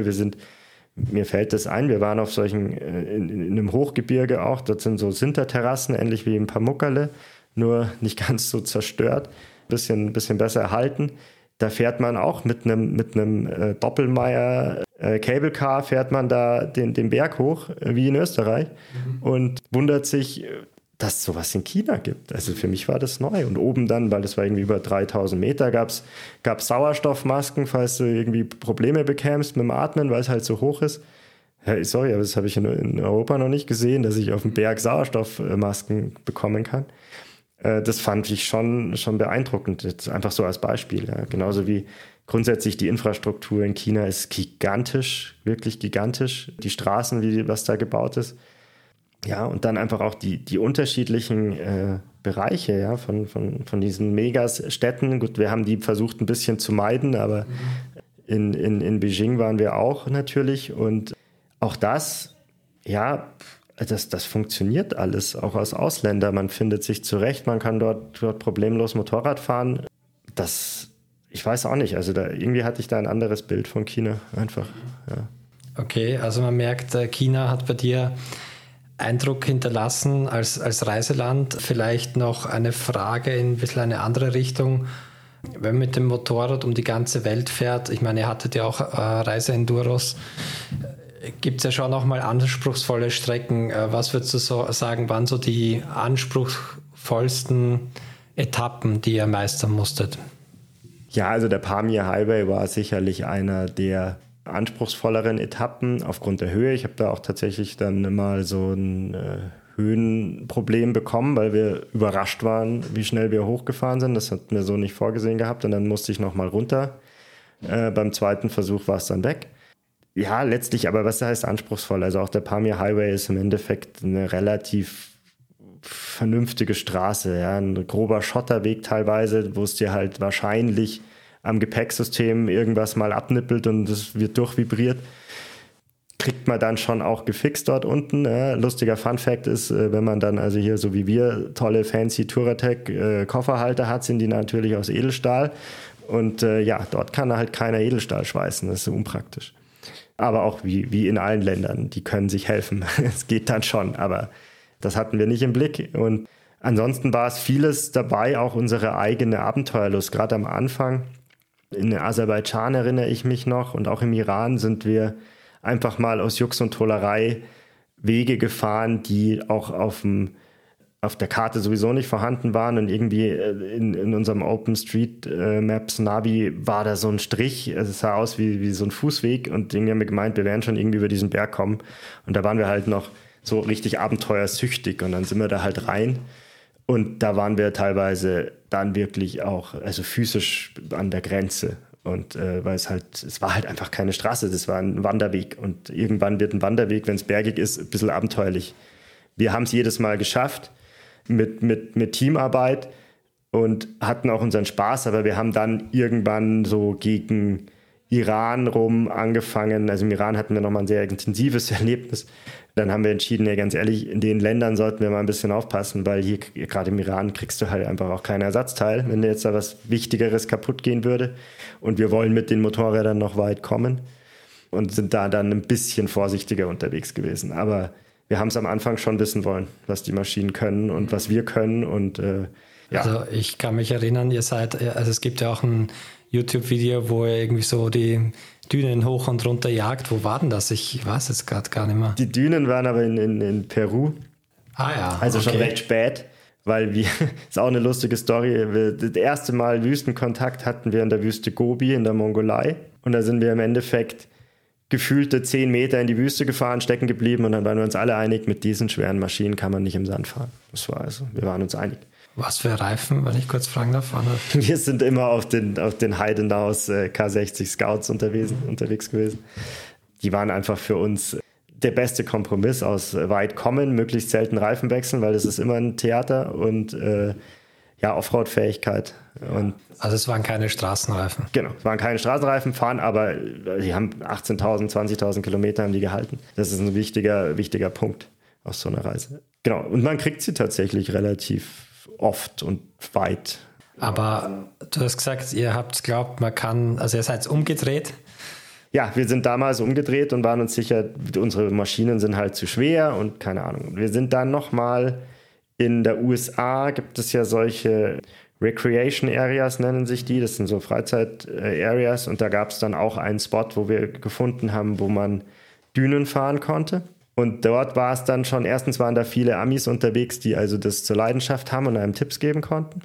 Mir fällt das ein, wir waren auf solchen, in einem Hochgebirge auch, dort sind so Sinterterrassen, ähnlich wie in Pamukkale, nur nicht ganz so zerstört, bisschen besser erhalten. Da fährt man auch mit einem Doppelmayr Cable Car fährt man da den Berg hoch, wie in Österreich, und wundert sich, dass es sowas in China gibt. Also für mich war das neu. Und oben dann, weil das war irgendwie über 3000 Meter, gab's Sauerstoffmasken, falls du irgendwie Probleme bekämst mit dem Atmen, weil es halt so hoch ist. Ja, sorry, aber das habe ich in Europa noch nicht gesehen, dass ich auf dem Berg Sauerstoffmasken bekommen kann. Das fand ich schon beeindruckend. Jetzt einfach so als Beispiel. Ja. Genauso wie grundsätzlich die Infrastruktur in China ist gigantisch, wirklich gigantisch. Die Straßen, was da gebaut ist. Ja, und dann einfach auch die unterschiedlichen Bereiche, ja, von diesen Megastädten. Gut, wir haben die versucht ein bisschen zu meiden, aber in Beijing waren wir auch natürlich. Und auch das, ja, das funktioniert alles, auch als Ausländer. Man findet sich zurecht, man kann dort problemlos Motorrad fahren. Ich weiß auch nicht, also irgendwie hatte ich da ein anderes Bild von China einfach. Ja. Okay, also man merkt, China hat bei dir Eindruck hinterlassen als Reiseland. Vielleicht noch eine Frage in ein bisschen eine andere Richtung. Wenn man mit dem Motorrad um die ganze Welt fährt, ich meine, ihr hattet ja auch Reise-Enduros, gibt es ja schon auch mal anspruchsvolle Strecken. Was würdest du so sagen, waren so die anspruchsvollsten Etappen, die ihr meistern musstet? Ja, also der Pamir Highway war sicherlich einer der anspruchsvolleren Etappen aufgrund der Höhe. Ich habe da auch tatsächlich dann mal so ein Höhenproblem bekommen, weil wir überrascht waren, wie schnell wir hochgefahren sind. Das hatten wir so nicht vorgesehen gehabt und dann musste ich nochmal runter. Beim zweiten Versuch war es dann weg. Ja, letztlich, aber was heißt anspruchsvoll? Also auch der Pamir Highway ist im Endeffekt eine relativ vernünftige Straße, ja, ein grober Schotterweg teilweise, wo es dir halt wahrscheinlich am Gepäcksystem irgendwas mal abnippelt und es wird durchvibriert. Kriegt man dann schon auch gefixt dort unten. Ja. Lustiger Funfact ist, wenn man dann also hier so wie wir tolle fancy Touratec Kofferhalter hat, sind die natürlich aus Edelstahl und dort kann halt keiner Edelstahl schweißen, das ist unpraktisch. Aber auch wie in allen Ländern, die können sich helfen. Es geht dann schon, aber das hatten wir nicht im Blick. Und ansonsten war es vieles dabei, auch unsere eigene Abenteuerlust. Gerade am Anfang, in Aserbaidschan erinnere ich mich noch und auch im Iran sind wir einfach mal aus Jux und Tollerei Wege gefahren, die auch auf der Karte sowieso nicht vorhanden waren und irgendwie in unserem OpenStreetMaps Navi war da so ein Strich, es sah aus wie so ein Fußweg und irgendwie haben wir gemeint, wir werden schon irgendwie über diesen Berg kommen und da waren wir halt noch so richtig abenteuersüchtig und dann sind wir da halt rein und da waren wir teilweise dann wirklich auch, also physisch an der Grenze und weil es war halt einfach keine Straße, das war ein Wanderweg und irgendwann wird ein Wanderweg, wenn es bergig ist, ein bisschen abenteuerlich. Wir haben es jedes Mal geschafft mit Teamarbeit und hatten auch unseren Spaß, aber wir haben dann irgendwann so gegen Iran rum angefangen, also im Iran hatten wir nochmal ein sehr intensives Erlebnis. Dann haben wir entschieden, ja ganz ehrlich, in den Ländern sollten wir mal ein bisschen aufpassen, weil hier gerade im Iran kriegst du halt einfach auch keinen Ersatzteil, wenn dir jetzt da was Wichtigeres kaputt gehen würde. Und wir wollen mit den Motorrädern noch weit kommen und sind da dann ein bisschen vorsichtiger unterwegs gewesen. Aber wir haben es am Anfang schon wissen wollen, was die Maschinen können und was wir können und ja. Also ich kann mich erinnern, also es gibt ja auch ein YouTube-Video, wo er irgendwie so die Dünen hoch und runter jagt. Wo war denn das? Ich weiß es gerade gar nicht mehr. Die Dünen waren aber in Peru. Ah ja, also okay. Schon recht spät, weil ist auch eine lustige Story. Das erste Mal Wüstenkontakt hatten wir in der Wüste Gobi in der Mongolei. Und da sind wir im Endeffekt gefühlte 10 Meter in die Wüste gefahren, stecken geblieben und dann waren wir uns alle einig, mit diesen schweren Maschinen kann man nicht im Sand fahren. Das war also, wir waren uns einig. Was für Reifen, wenn ich kurz fragen darf? Wir sind immer auf den Heidenhaus K60 Scouts unterwegs gewesen. Die waren einfach für uns der beste Kompromiss aus weit kommen, möglichst selten Reifen wechseln, weil das ist immer ein Theater und Offroad-Fähigkeit. Und also es waren keine Straßenreifen? Genau, es waren keine Straßenreifen, fahren aber die haben 18.000, 20.000 Kilometer haben die gehalten. Das ist ein wichtiger Punkt aus so einer Reise. Genau, und man kriegt sie tatsächlich relativ oft und weit. Aber du hast gesagt, ihr habt glaubt, ihr seid umgedreht? Ja, wir sind damals umgedreht und waren uns sicher, unsere Maschinen sind halt zu schwer und keine Ahnung. Wir sind dann nochmal in der USA, gibt es ja solche Recreation Areas, nennen sich die. Das sind so Freizeit-Areas und da gab es dann auch einen Spot, wo wir gefunden haben, wo man Dünen fahren konnte. Und dort war es dann schon, erstens waren da viele Amis unterwegs, die also das zur Leidenschaft haben und einem Tipps geben konnten.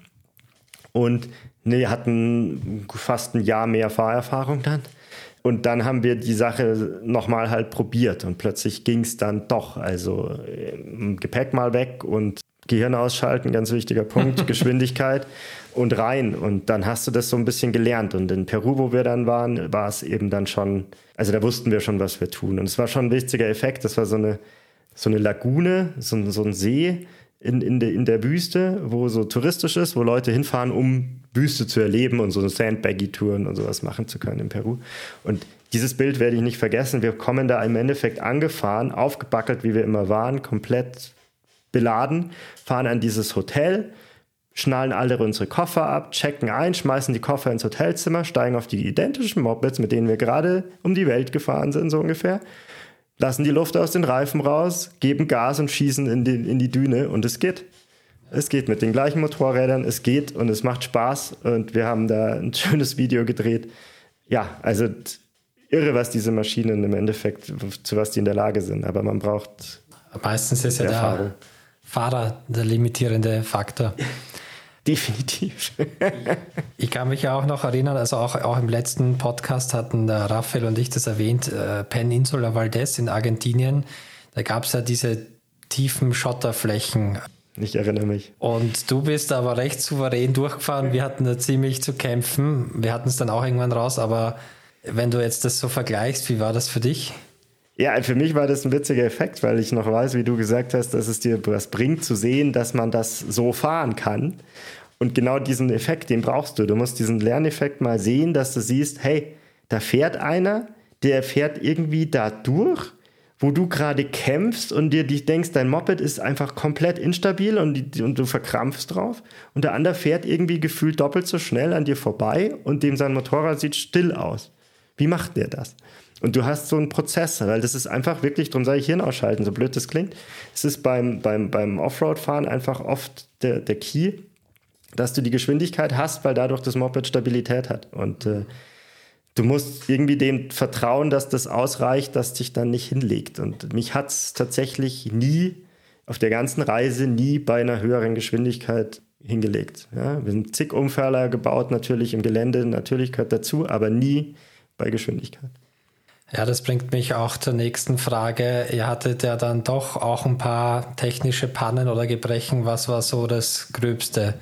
Und wir hatten fast ein Jahr mehr Fahrerfahrung dann. Und dann haben wir die Sache nochmal halt probiert und plötzlich ging es dann doch. Also Gepäck mal weg und Gehirn ausschalten, ganz wichtiger Punkt, Geschwindigkeit und rein. Und dann hast du das so ein bisschen gelernt. Und in Peru, wo wir dann waren, war es eben dann schon, also da wussten wir schon, was wir tun. Und es war schon ein wichtiger Effekt. Das war so eine Lagune, so ein See in der Wüste, wo so touristisch ist, wo Leute hinfahren, um Wüste zu erleben und so Sandbaggy-Touren und sowas machen zu können in Peru. Und dieses Bild werde ich nicht vergessen. Wir kommen da im Endeffekt angefahren, aufgebackelt, wie wir immer waren, komplett beladen, fahren an dieses Hotel, schnallen alle unsere Koffer ab, checken ein, schmeißen die Koffer ins Hotelzimmer, steigen auf die identischen Mopeds, mit denen wir gerade um die Welt gefahren sind, so ungefähr, lassen die Luft aus den Reifen raus, geben Gas und schießen in die Düne und es geht. Es geht mit den gleichen Motorrädern, es geht und es macht Spaß und wir haben da ein schönes Video gedreht. Ja, also irre, was diese Maschinen im Endeffekt, zu was die in der Lage sind, aber man braucht meistens ist ja der Fahrer der limitierende Faktor. Definitiv. Ich kann mich ja auch noch erinnern, also auch im letzten Podcast hatten der Raphael und ich das erwähnt, Peninsula Valdez in Argentinien, da gab es ja diese tiefen Schotterflächen. Ich erinnere mich. Und du bist aber recht souverän durchgefahren. Wir hatten da ziemlich zu kämpfen. Wir hatten es dann auch irgendwann raus, aber wenn du jetzt das so vergleichst, wie war das für dich? Ja, für mich war das ein witziger Effekt, weil ich noch weiß, wie du gesagt hast, dass es dir was bringt zu sehen, dass man das so fahren kann. Und genau diesen Effekt, den brauchst du. Du musst diesen Lerneffekt mal sehen, dass du siehst, hey, da fährt einer, der fährt irgendwie da durch, wo du gerade kämpfst und dir denkst, dein Moped ist einfach komplett instabil und du verkrampfst drauf. Und der andere fährt irgendwie gefühlt doppelt so schnell an dir vorbei und dem sein Motorrad sieht still aus. Wie macht der das? Und du hast so einen Prozess, weil das ist einfach wirklich, darum sage ich Hirn ausschalten, so blöd das klingt. Es ist beim Offroad-Fahren einfach oft der Key, dass du die Geschwindigkeit hast, weil dadurch das Moped Stabilität hat. Und du musst irgendwie dem vertrauen, dass das ausreicht, dass dich dann nicht hinlegt. Und mich hat es tatsächlich auf der ganzen Reise bei einer höheren Geschwindigkeit hingelegt. Ja, wir sind zig Umfäller gebaut, natürlich im Gelände, natürlich gehört dazu, aber nie bei Geschwindigkeit. Ja, das bringt mich auch zur nächsten Frage. Ihr hattet ja dann doch auch ein paar technische Pannen oder Gebrechen. Was war so das Gröbste?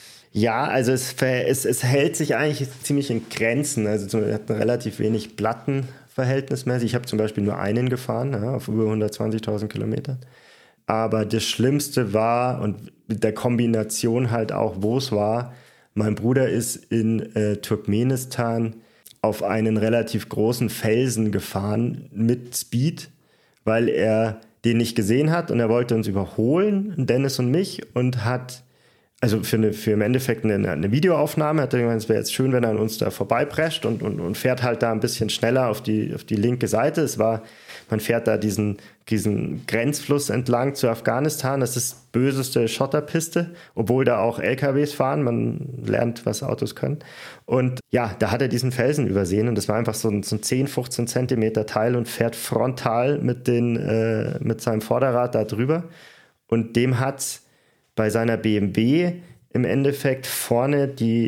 Ja, also es hält sich eigentlich ziemlich in Grenzen. Also wir hatten relativ wenig Platten verhältnismäßig. Ich habe zum Beispiel nur einen gefahren, ja, auf über 120.000 Kilometern. Aber das Schlimmste war, und mit der Kombination halt auch, wo es war, mein Bruder ist in Turkmenistan auf einen relativ großen Felsen gefahren mit Speed, weil er den nicht gesehen hat und er wollte uns überholen, Dennis und mich, und hat, also für im Endeffekt eine Videoaufnahme, hat er gemeint, es wäre jetzt schön, wenn er an uns da vorbeiprescht und fährt halt da ein bisschen schneller auf die linke Seite. Man fährt da diesen Grenzfluss entlang zu Afghanistan. Das ist böseste Schotterpiste, obwohl da auch LKWs fahren. Man lernt, was Autos können. Und ja, da hat er diesen Felsen übersehen und das war einfach so ein 10, 15 Zentimeter Teil und fährt frontal mit seinem Vorderrad da drüber. Und dem hat's bei seiner BMW im Endeffekt vorne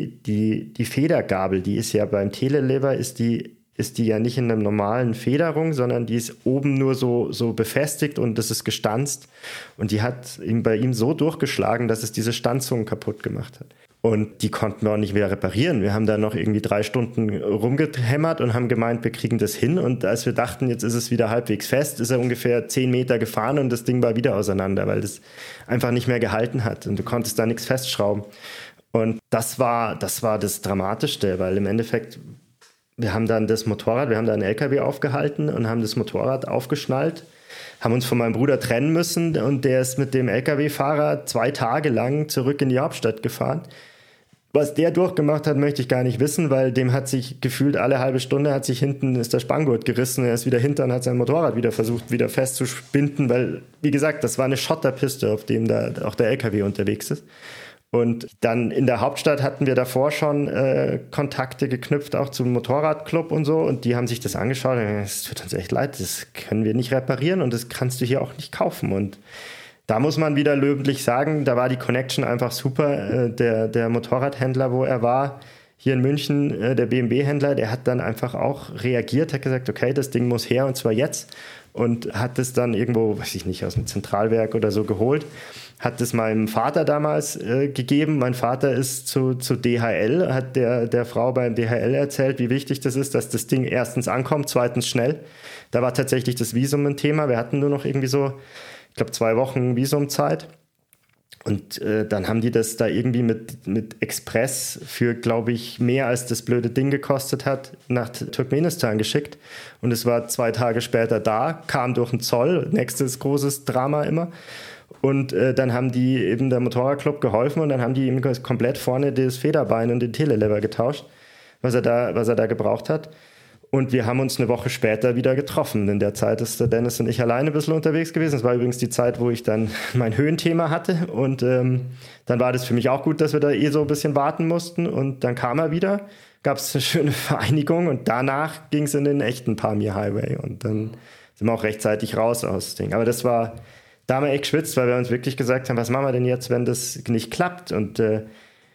die Federgabel, die ist ja beim Telelever, ist die ja nicht in einer normalen Federung, sondern die ist oben nur so befestigt und das ist gestanzt. Und die hat bei ihm so durchgeschlagen, dass es diese Stanzungen kaputt gemacht hat. Und die konnten wir auch nicht mehr reparieren. Wir haben da noch irgendwie 3 Stunden rumgehämmert und haben gemeint, wir kriegen das hin. Und als wir dachten, jetzt ist es wieder halbwegs fest, ist er ungefähr 10 Meter gefahren und das Ding war wieder auseinander, weil das einfach nicht mehr gehalten hat. Und du konntest da nichts festschrauben. Und das war das Dramatischste, weil im Endeffekt wir haben dann einen LKW aufgehalten und haben das Motorrad aufgeschnallt, haben uns von meinem Bruder trennen müssen und der ist mit dem LKW-Fahrer 2 Tage lang zurück in die Hauptstadt gefahren. Was der durchgemacht hat, möchte ich gar nicht wissen, weil dem hat sich gefühlt alle halbe Stunde ist der Spanngurt gerissen, er ist wieder hinter und hat sein Motorrad wieder versucht, wieder festzuspinden, weil, wie gesagt, das war eine Schotterpiste, auf dem da auch der LKW unterwegs ist. Und dann in der Hauptstadt hatten wir davor schon Kontakte geknüpft, auch zum Motorradclub und so. Und die haben sich das angeschaut. Es tut uns echt leid, das können wir nicht reparieren und das kannst du hier auch nicht kaufen. Und da muss man wieder löblich sagen, da war die Connection einfach super. Der Motorradhändler, wo er war, hier in München, der BMW-Händler, der hat dann einfach auch reagiert, hat gesagt, okay, das Ding muss her und zwar jetzt. Und hat es dann irgendwo, weiß ich nicht, aus dem Zentralwerk oder so geholt. Hat es meinem Vater damals gegeben. Mein Vater ist zu DHL, hat der Frau beim DHL erzählt, wie wichtig das ist, dass das Ding erstens ankommt, zweitens schnell. Da war tatsächlich das Visum ein Thema. Wir hatten nur noch irgendwie so, ich glaube, 2 Wochen Visumzeit. Und dann haben die das da irgendwie mit Express für, glaube ich, mehr als das blöde Ding gekostet hat, nach Turkmenistan geschickt. Und es war 2 Tage später da, kam durch den Zoll, nächstes großes Drama immer. Und dann haben die eben der Motorradclub geholfen und dann haben die ihm komplett vorne das Federbein und den Telelever getauscht, was er da gebraucht hat. Und wir haben uns eine Woche später wieder getroffen. In der Zeit ist der Dennis und ich alleine ein bisschen unterwegs gewesen. Es war übrigens die Zeit, wo ich dann mein Höhenthema hatte. Und dann war das für mich auch gut, dass wir da so ein bisschen warten mussten. Und dann kam er wieder, gab es eine schöne Vereinigung. Und danach ging es in den echten Pamir Highway. Und dann sind wir auch rechtzeitig raus aus dem Ding. Aber da haben wir echt geschwitzt, weil wir uns wirklich gesagt haben, was machen wir denn jetzt, wenn das nicht klappt? Und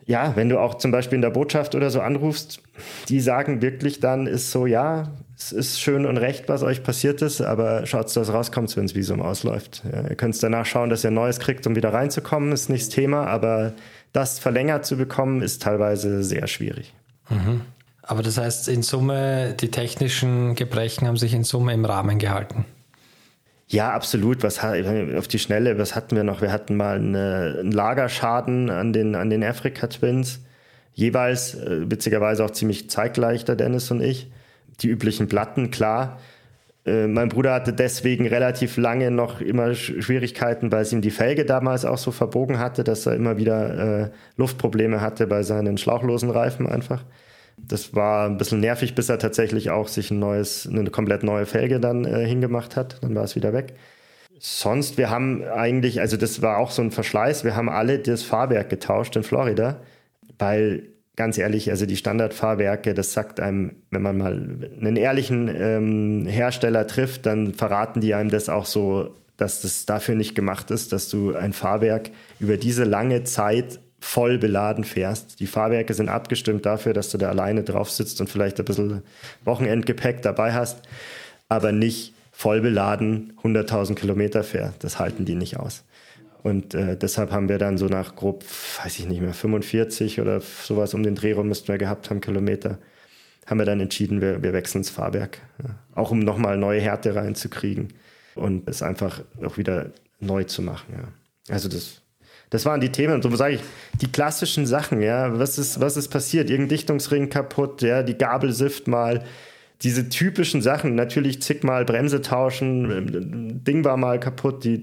ja, wenn du auch zum Beispiel in der Botschaft oder so anrufst, die sagen wirklich dann, ist so, ja, es ist schön und recht, was euch passiert ist, aber schaut, dass rauskommt, wenn das Visum ausläuft. Ja, ihr könnt danach schauen, dass ihr ein neues kriegt, um wieder reinzukommen, ist nicht das Thema, aber das verlängert zu bekommen, ist teilweise sehr schwierig. Mhm. Aber das heißt, in Summe, die technischen Gebrechen haben sich in Summe im Rahmen gehalten? Ja, absolut. Auf die Schnelle, was hatten wir noch? Wir hatten mal einen Lagerschaden an den Africa Twins. Jeweils, witzigerweise auch ziemlich zeitgleich, der Dennis und ich. Die üblichen Platten, klar. Mein Bruder hatte deswegen relativ lange noch immer Schwierigkeiten, weil es ihm die Felge damals auch so verbogen hatte, dass er immer wieder Luftprobleme hatte bei seinen schlauchlosen Reifen einfach. Das war ein bisschen nervig, bis er tatsächlich auch sich eine komplett neue Felge dann hingemacht hat. Dann war es wieder weg. Sonst, wir haben eigentlich, also das war auch so ein Verschleiß, wir haben alle das Fahrwerk getauscht in Florida, weil, ganz ehrlich, also die Standardfahrwerke, das sagt einem, wenn man mal einen ehrlichen Hersteller trifft, dann verraten die einem das auch so, dass das dafür nicht gemacht ist, dass du ein Fahrwerk über diese lange Zeit voll beladen fährst. Die Fahrwerke sind abgestimmt dafür, dass du da alleine drauf sitzt und vielleicht ein bisschen Wochenendgepäck dabei hast, aber nicht voll beladen 100.000 Kilometer fährt. Das halten die nicht aus. Und deshalb haben wir dann so nach grob, weiß ich nicht mehr, 45 oder sowas um den Dreh rum müssten wir gehabt haben, Kilometer, haben wir dann entschieden, wir wechseln das Fahrwerk. Ja. Auch um nochmal neue Härte reinzukriegen und es einfach auch wieder neu zu machen. Ja. Also das waren die Themen. Und so sage ich, die klassischen Sachen, ja, was ist passiert? Irgendein Dichtungsring kaputt, ja, die Gabel sifft mal. Diese typischen Sachen, natürlich zigmal Bremse tauschen, Ding war mal kaputt, die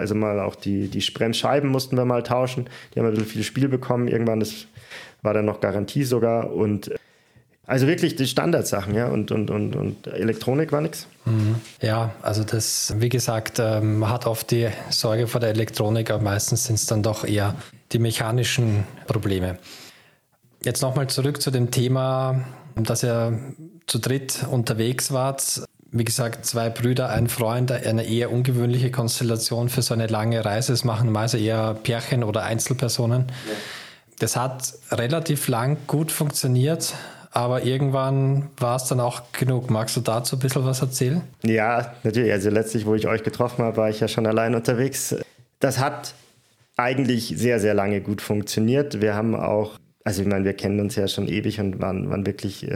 Bremsscheiben mussten wir mal tauschen. Die haben ein bisschen viel Spiel bekommen. Irgendwann, das war dann noch Garantie sogar. Und also wirklich die Standardsachen, ja, und Elektronik war nichts. Ja, also das, wie gesagt, man hat oft die Sorge vor der Elektronik, aber meistens sind es dann doch eher die mechanischen Probleme. Jetzt nochmal zurück zu dem Thema, dass ihr zu dritt unterwegs wart. Wie gesagt, 2 Brüder, ein Freund, eine eher ungewöhnliche Konstellation für so eine lange Reise. Das machen meist eher Pärchen oder Einzelpersonen. Ja. Das hat relativ lang gut funktioniert. Aber irgendwann war es dann auch genug. Magst du dazu ein bisschen was erzählen? Ja, natürlich. Also letztlich, wo ich euch getroffen habe, war ich ja schon allein unterwegs. Das hat eigentlich sehr, sehr lange gut funktioniert. Wir haben auch, also ich meine, wir kennen uns ja schon ewig und waren wirklich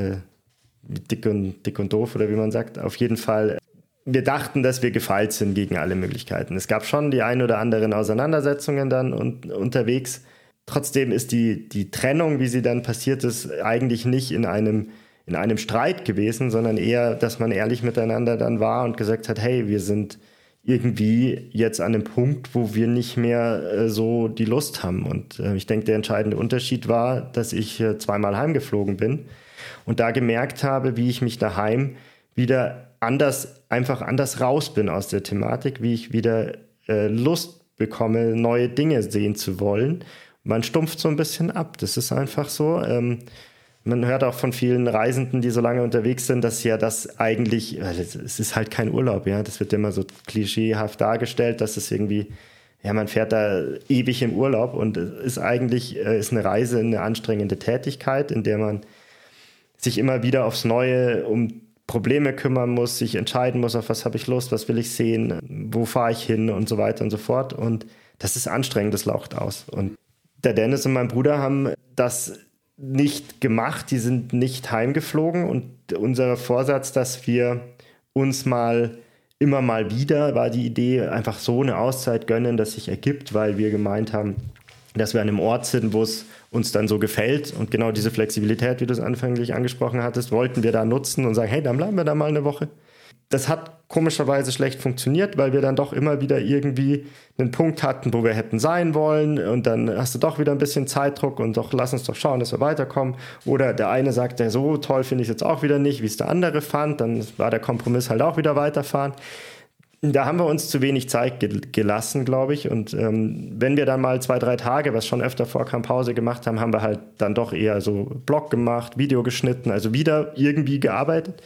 dick und doof, oder wie man sagt. Auf jeden Fall, wir dachten, dass wir gefeilt sind gegen alle Möglichkeiten. Es gab schon die ein oder anderen Auseinandersetzungen dann unterwegs. Trotzdem ist die Trennung, wie sie dann passiert ist, eigentlich nicht in einem Streit gewesen, sondern eher, dass man ehrlich miteinander dann war und gesagt hat, hey, wir sind irgendwie jetzt an einem Punkt, wo wir nicht mehr so die Lust haben. Und ich denke, der entscheidende Unterschied war, dass ich 2-mal heimgeflogen bin und da gemerkt habe, wie ich mich daheim wieder einfach anders raus bin aus der Thematik, wie ich wieder Lust bekomme, neue Dinge sehen zu wollen. Man stumpft so ein bisschen ab. Das ist einfach so. Man hört auch von vielen Reisenden, die so lange unterwegs sind, dass ja das eigentlich, es ist halt kein Urlaub, ja. Das wird immer so klischeehaft dargestellt, dass es irgendwie, ja, man fährt da ewig im Urlaub und es ist eigentlich, ist eine Reise eine anstrengende Tätigkeit, in der man sich immer wieder aufs Neue um Probleme kümmern muss, sich entscheiden muss, auf was habe ich Lust, was will ich sehen, wo fahre ich hin und so weiter und so fort. Und das ist anstrengend, das laucht aus. Und der Dennis und mein Bruder haben das nicht gemacht, die sind nicht heimgeflogen und unser Vorsatz, dass wir uns immer mal wieder, war die Idee, einfach so eine Auszeit gönnen, dass sich ergibt, weil wir gemeint haben, dass wir an einem Ort sind, wo es uns dann so gefällt und genau diese Flexibilität, wie du es anfänglich angesprochen hattest, wollten wir da nutzen und sagen, hey, dann bleiben wir da mal eine Woche. Das hat komischerweise schlecht funktioniert, weil wir dann doch immer wieder irgendwie einen Punkt hatten, wo wir hätten sein wollen und dann hast du doch wieder ein bisschen Zeitdruck und doch lass uns doch schauen, dass wir weiterkommen. Oder der eine sagt, ja, so toll finde ich es jetzt auch wieder nicht, wie es der andere fand, dann war der Kompromiss halt auch wieder weiterfahren. Da haben wir uns zu wenig Zeit gelassen, glaube ich. Und wenn wir dann mal 2-3 Tage, was schon öfter vorkam, Pause gemacht haben, haben wir halt dann doch eher so Blog gemacht, Video geschnitten, also wieder irgendwie gearbeitet.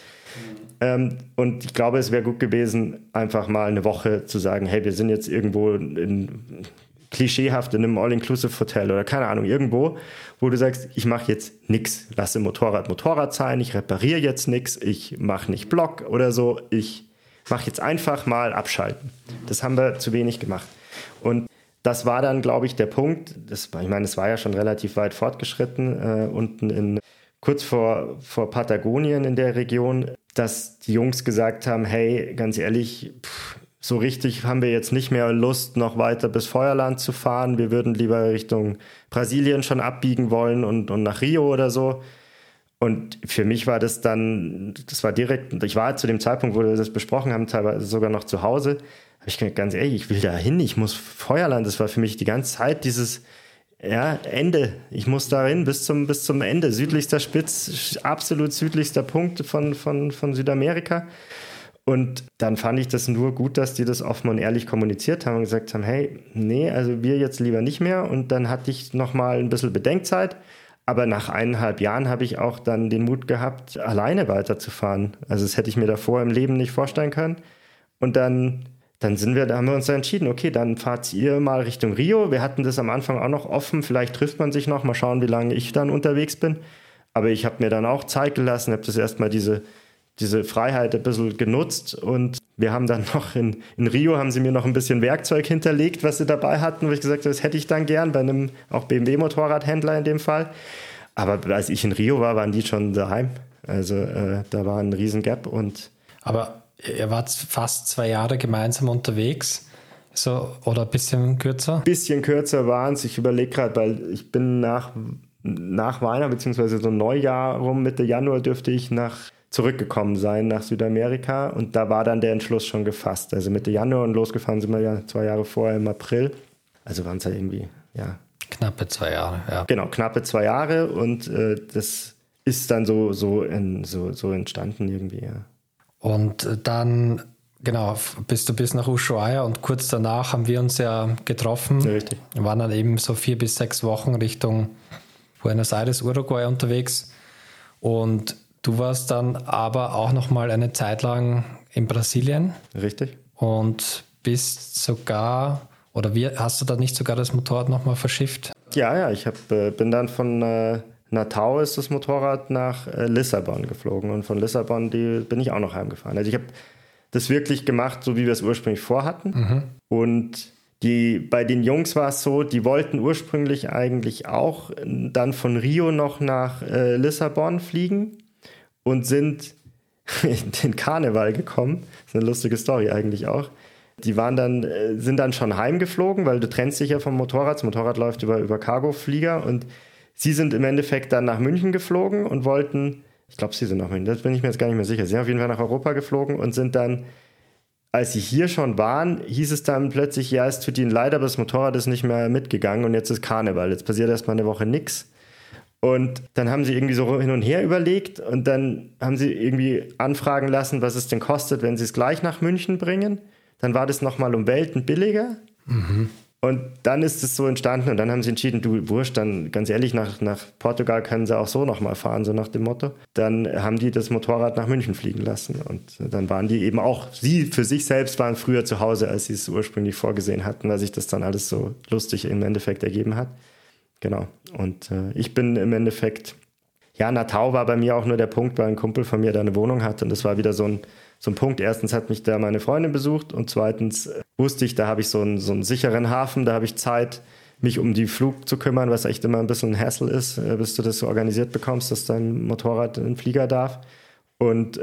Und ich glaube, es wäre gut gewesen, einfach mal eine Woche zu sagen, hey, wir sind jetzt irgendwo in klischeehaft in einem All-Inclusive-Hotel oder keine Ahnung, irgendwo, wo du sagst, ich mache jetzt nichts, lasse Motorrad sein, ich repariere jetzt nichts, ich mache nicht Block oder so, ich mache jetzt einfach mal abschalten. Das haben wir zu wenig gemacht. Und das war dann, glaube ich, der Punkt, es war ja schon relativ weit fortgeschritten, unten kurz vor Patagonien in der Region, dass die Jungs gesagt haben, hey, ganz ehrlich, so richtig haben wir jetzt nicht mehr Lust, noch weiter bis Feuerland zu fahren. Wir würden lieber Richtung Brasilien schon abbiegen wollen und nach Rio oder so. Und für mich war das war direkt, ich war zu dem Zeitpunkt, wo wir das besprochen haben, teilweise sogar noch zu Hause, habe ich gedacht, ganz ehrlich, ich will da hin, ich muss Feuerland. Das war für mich die ganze Zeit dieses Ende. Ich muss dahin bis zum Ende. Südlichster Spitz, absolut südlichster Punkt von Südamerika. Und dann fand ich das nur gut, dass die das offen und ehrlich kommuniziert haben und gesagt haben, hey, nee, also wir jetzt lieber nicht mehr. Und dann hatte ich nochmal ein bisschen Bedenkzeit. Aber nach 1,5 Jahren habe ich auch dann den Mut gehabt, alleine weiterzufahren. Also das hätte ich mir davor im Leben nicht vorstellen können. Und dann haben wir uns da entschieden, okay, dann fahrt ihr mal Richtung Rio. Wir hatten das am Anfang auch noch offen. Vielleicht trifft man sich noch, mal schauen, wie lange ich dann unterwegs bin. Aber ich habe mir dann auch Zeit gelassen, habe das erstmal diese Freiheit ein bisschen genutzt und wir haben dann noch in Rio haben sie mir noch ein bisschen Werkzeug hinterlegt, was sie dabei hatten, wo ich gesagt habe, das hätte ich dann gern bei einem auch BMW-Motorradhändler in dem Fall. Aber als ich in Rio war, waren die schon daheim. Also da war ein riesen Gap. Aber ihr wart fast 2 Jahre gemeinsam unterwegs, so, oder ein bisschen kürzer? Ein bisschen kürzer waren es. Ich überlege gerade, weil ich bin nach Weihnachten, beziehungsweise so Neujahr rum, Mitte Januar dürfte ich zurückgekommen sein nach Südamerika und da war dann der Entschluss schon gefasst. Also Mitte Januar und losgefahren sind wir ja 2 Jahre vorher im April. Also waren es ja irgendwie, ja. Knappe 2 Jahre, ja. Genau, knappe 2 Jahre und das ist dann so entstanden irgendwie, ja. Und dann, genau, bist du bis nach Ushuaia und kurz danach haben wir uns ja getroffen. Ja, richtig. Wir waren dann eben so 4 bis 6 Wochen Richtung Buenos Aires, Uruguay unterwegs und du warst dann aber auch noch mal eine Zeit lang in Brasilien. Richtig. Und bist sogar, hast du da nicht sogar das Motorrad noch mal verschifft? Ja, ich bin dann von Natal ist das Motorrad nach Lissabon geflogen und von Lissabon bin ich auch noch heimgefahren. Also ich habe das wirklich gemacht, so wie wir es ursprünglich vorhatten. Mhm. Und bei den Jungs war es so, die wollten ursprünglich eigentlich auch dann von Rio noch nach Lissabon fliegen. Und sind in den Karneval gekommen. Das ist eine lustige Story eigentlich auch. Die sind dann schon heimgeflogen, weil du trennst dich ja vom Motorrad. Das Motorrad läuft über Cargoflieger und sie sind im Endeffekt dann nach München geflogen und wollten, ich glaube, sie sind nach München, das bin ich mir jetzt gar nicht mehr sicher, sie sind auf jeden Fall nach Europa geflogen und sind dann, als sie hier schon waren, hieß es dann plötzlich, ja, es tut ihnen leid, aber das Motorrad ist nicht mehr mitgegangen und jetzt ist Karneval. Jetzt passiert erstmal eine Woche nichts. Und dann haben sie irgendwie so hin und her überlegt und dann haben sie irgendwie anfragen lassen, was es denn kostet, wenn sie es gleich nach München bringen. Dann war das nochmal um Welten billiger. Mhm. Und dann ist es so entstanden und dann haben sie entschieden, du Wurscht, dann ganz ehrlich, nach Portugal können sie auch so nochmal fahren, so nach dem Motto. Dann haben die das Motorrad nach München fliegen lassen und dann waren die eben auch, sie für sich selbst waren früher zu Hause, als sie es ursprünglich vorgesehen hatten, weil sich das dann alles so lustig im Endeffekt ergeben hat. Genau. Und ich bin im Endeffekt, ja, Natal war bei mir auch nur der Punkt, weil ein Kumpel von mir da eine Wohnung hat und das war wieder so ein Punkt. Erstens hat mich da meine Freundin besucht und zweitens wusste ich, da habe ich so einen sicheren Hafen, da habe ich Zeit, mich um die Flug zu kümmern, was echt immer ein bisschen ein Hassel ist, bis du das so organisiert bekommst, dass dein Motorrad in den Flieger darf. Und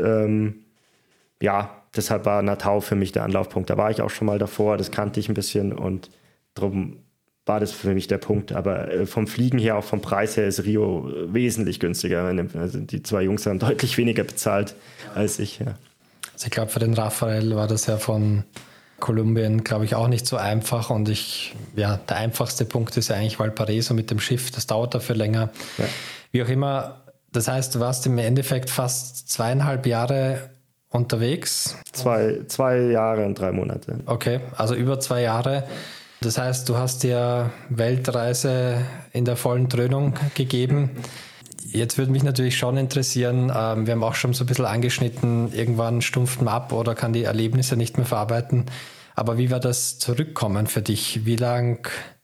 ja, deshalb war Natal für mich der Anlaufpunkt. Da war ich auch schon mal davor, das kannte ich ein bisschen und drum war das für mich der Punkt. Aber vom Fliegen her, auch vom Preis her, ist Rio wesentlich günstiger. Also die 2 Jungs haben deutlich weniger bezahlt als ich. Ja. Also ich glaube, für den Raphael war das ja von Kolumbien, glaube ich, auch nicht so einfach. Und der einfachste Punkt ist ja eigentlich Valparaiso mit dem Schiff. Das dauert dafür länger. Ja. Wie auch immer. Das heißt, du warst im Endeffekt fast 2,5 Jahre unterwegs. 2 Jahre und 3 Monate. Okay, also über 2 Jahre. Das heißt, du hast dir Weltreise in der vollen Dröhnung gegeben. Jetzt würde mich natürlich schon interessieren, wir haben auch schon so ein bisschen angeschnitten, irgendwann stumpft man ab oder kann die Erlebnisse nicht mehr verarbeiten. Aber wie war das Zurückkommen für dich? Wie lang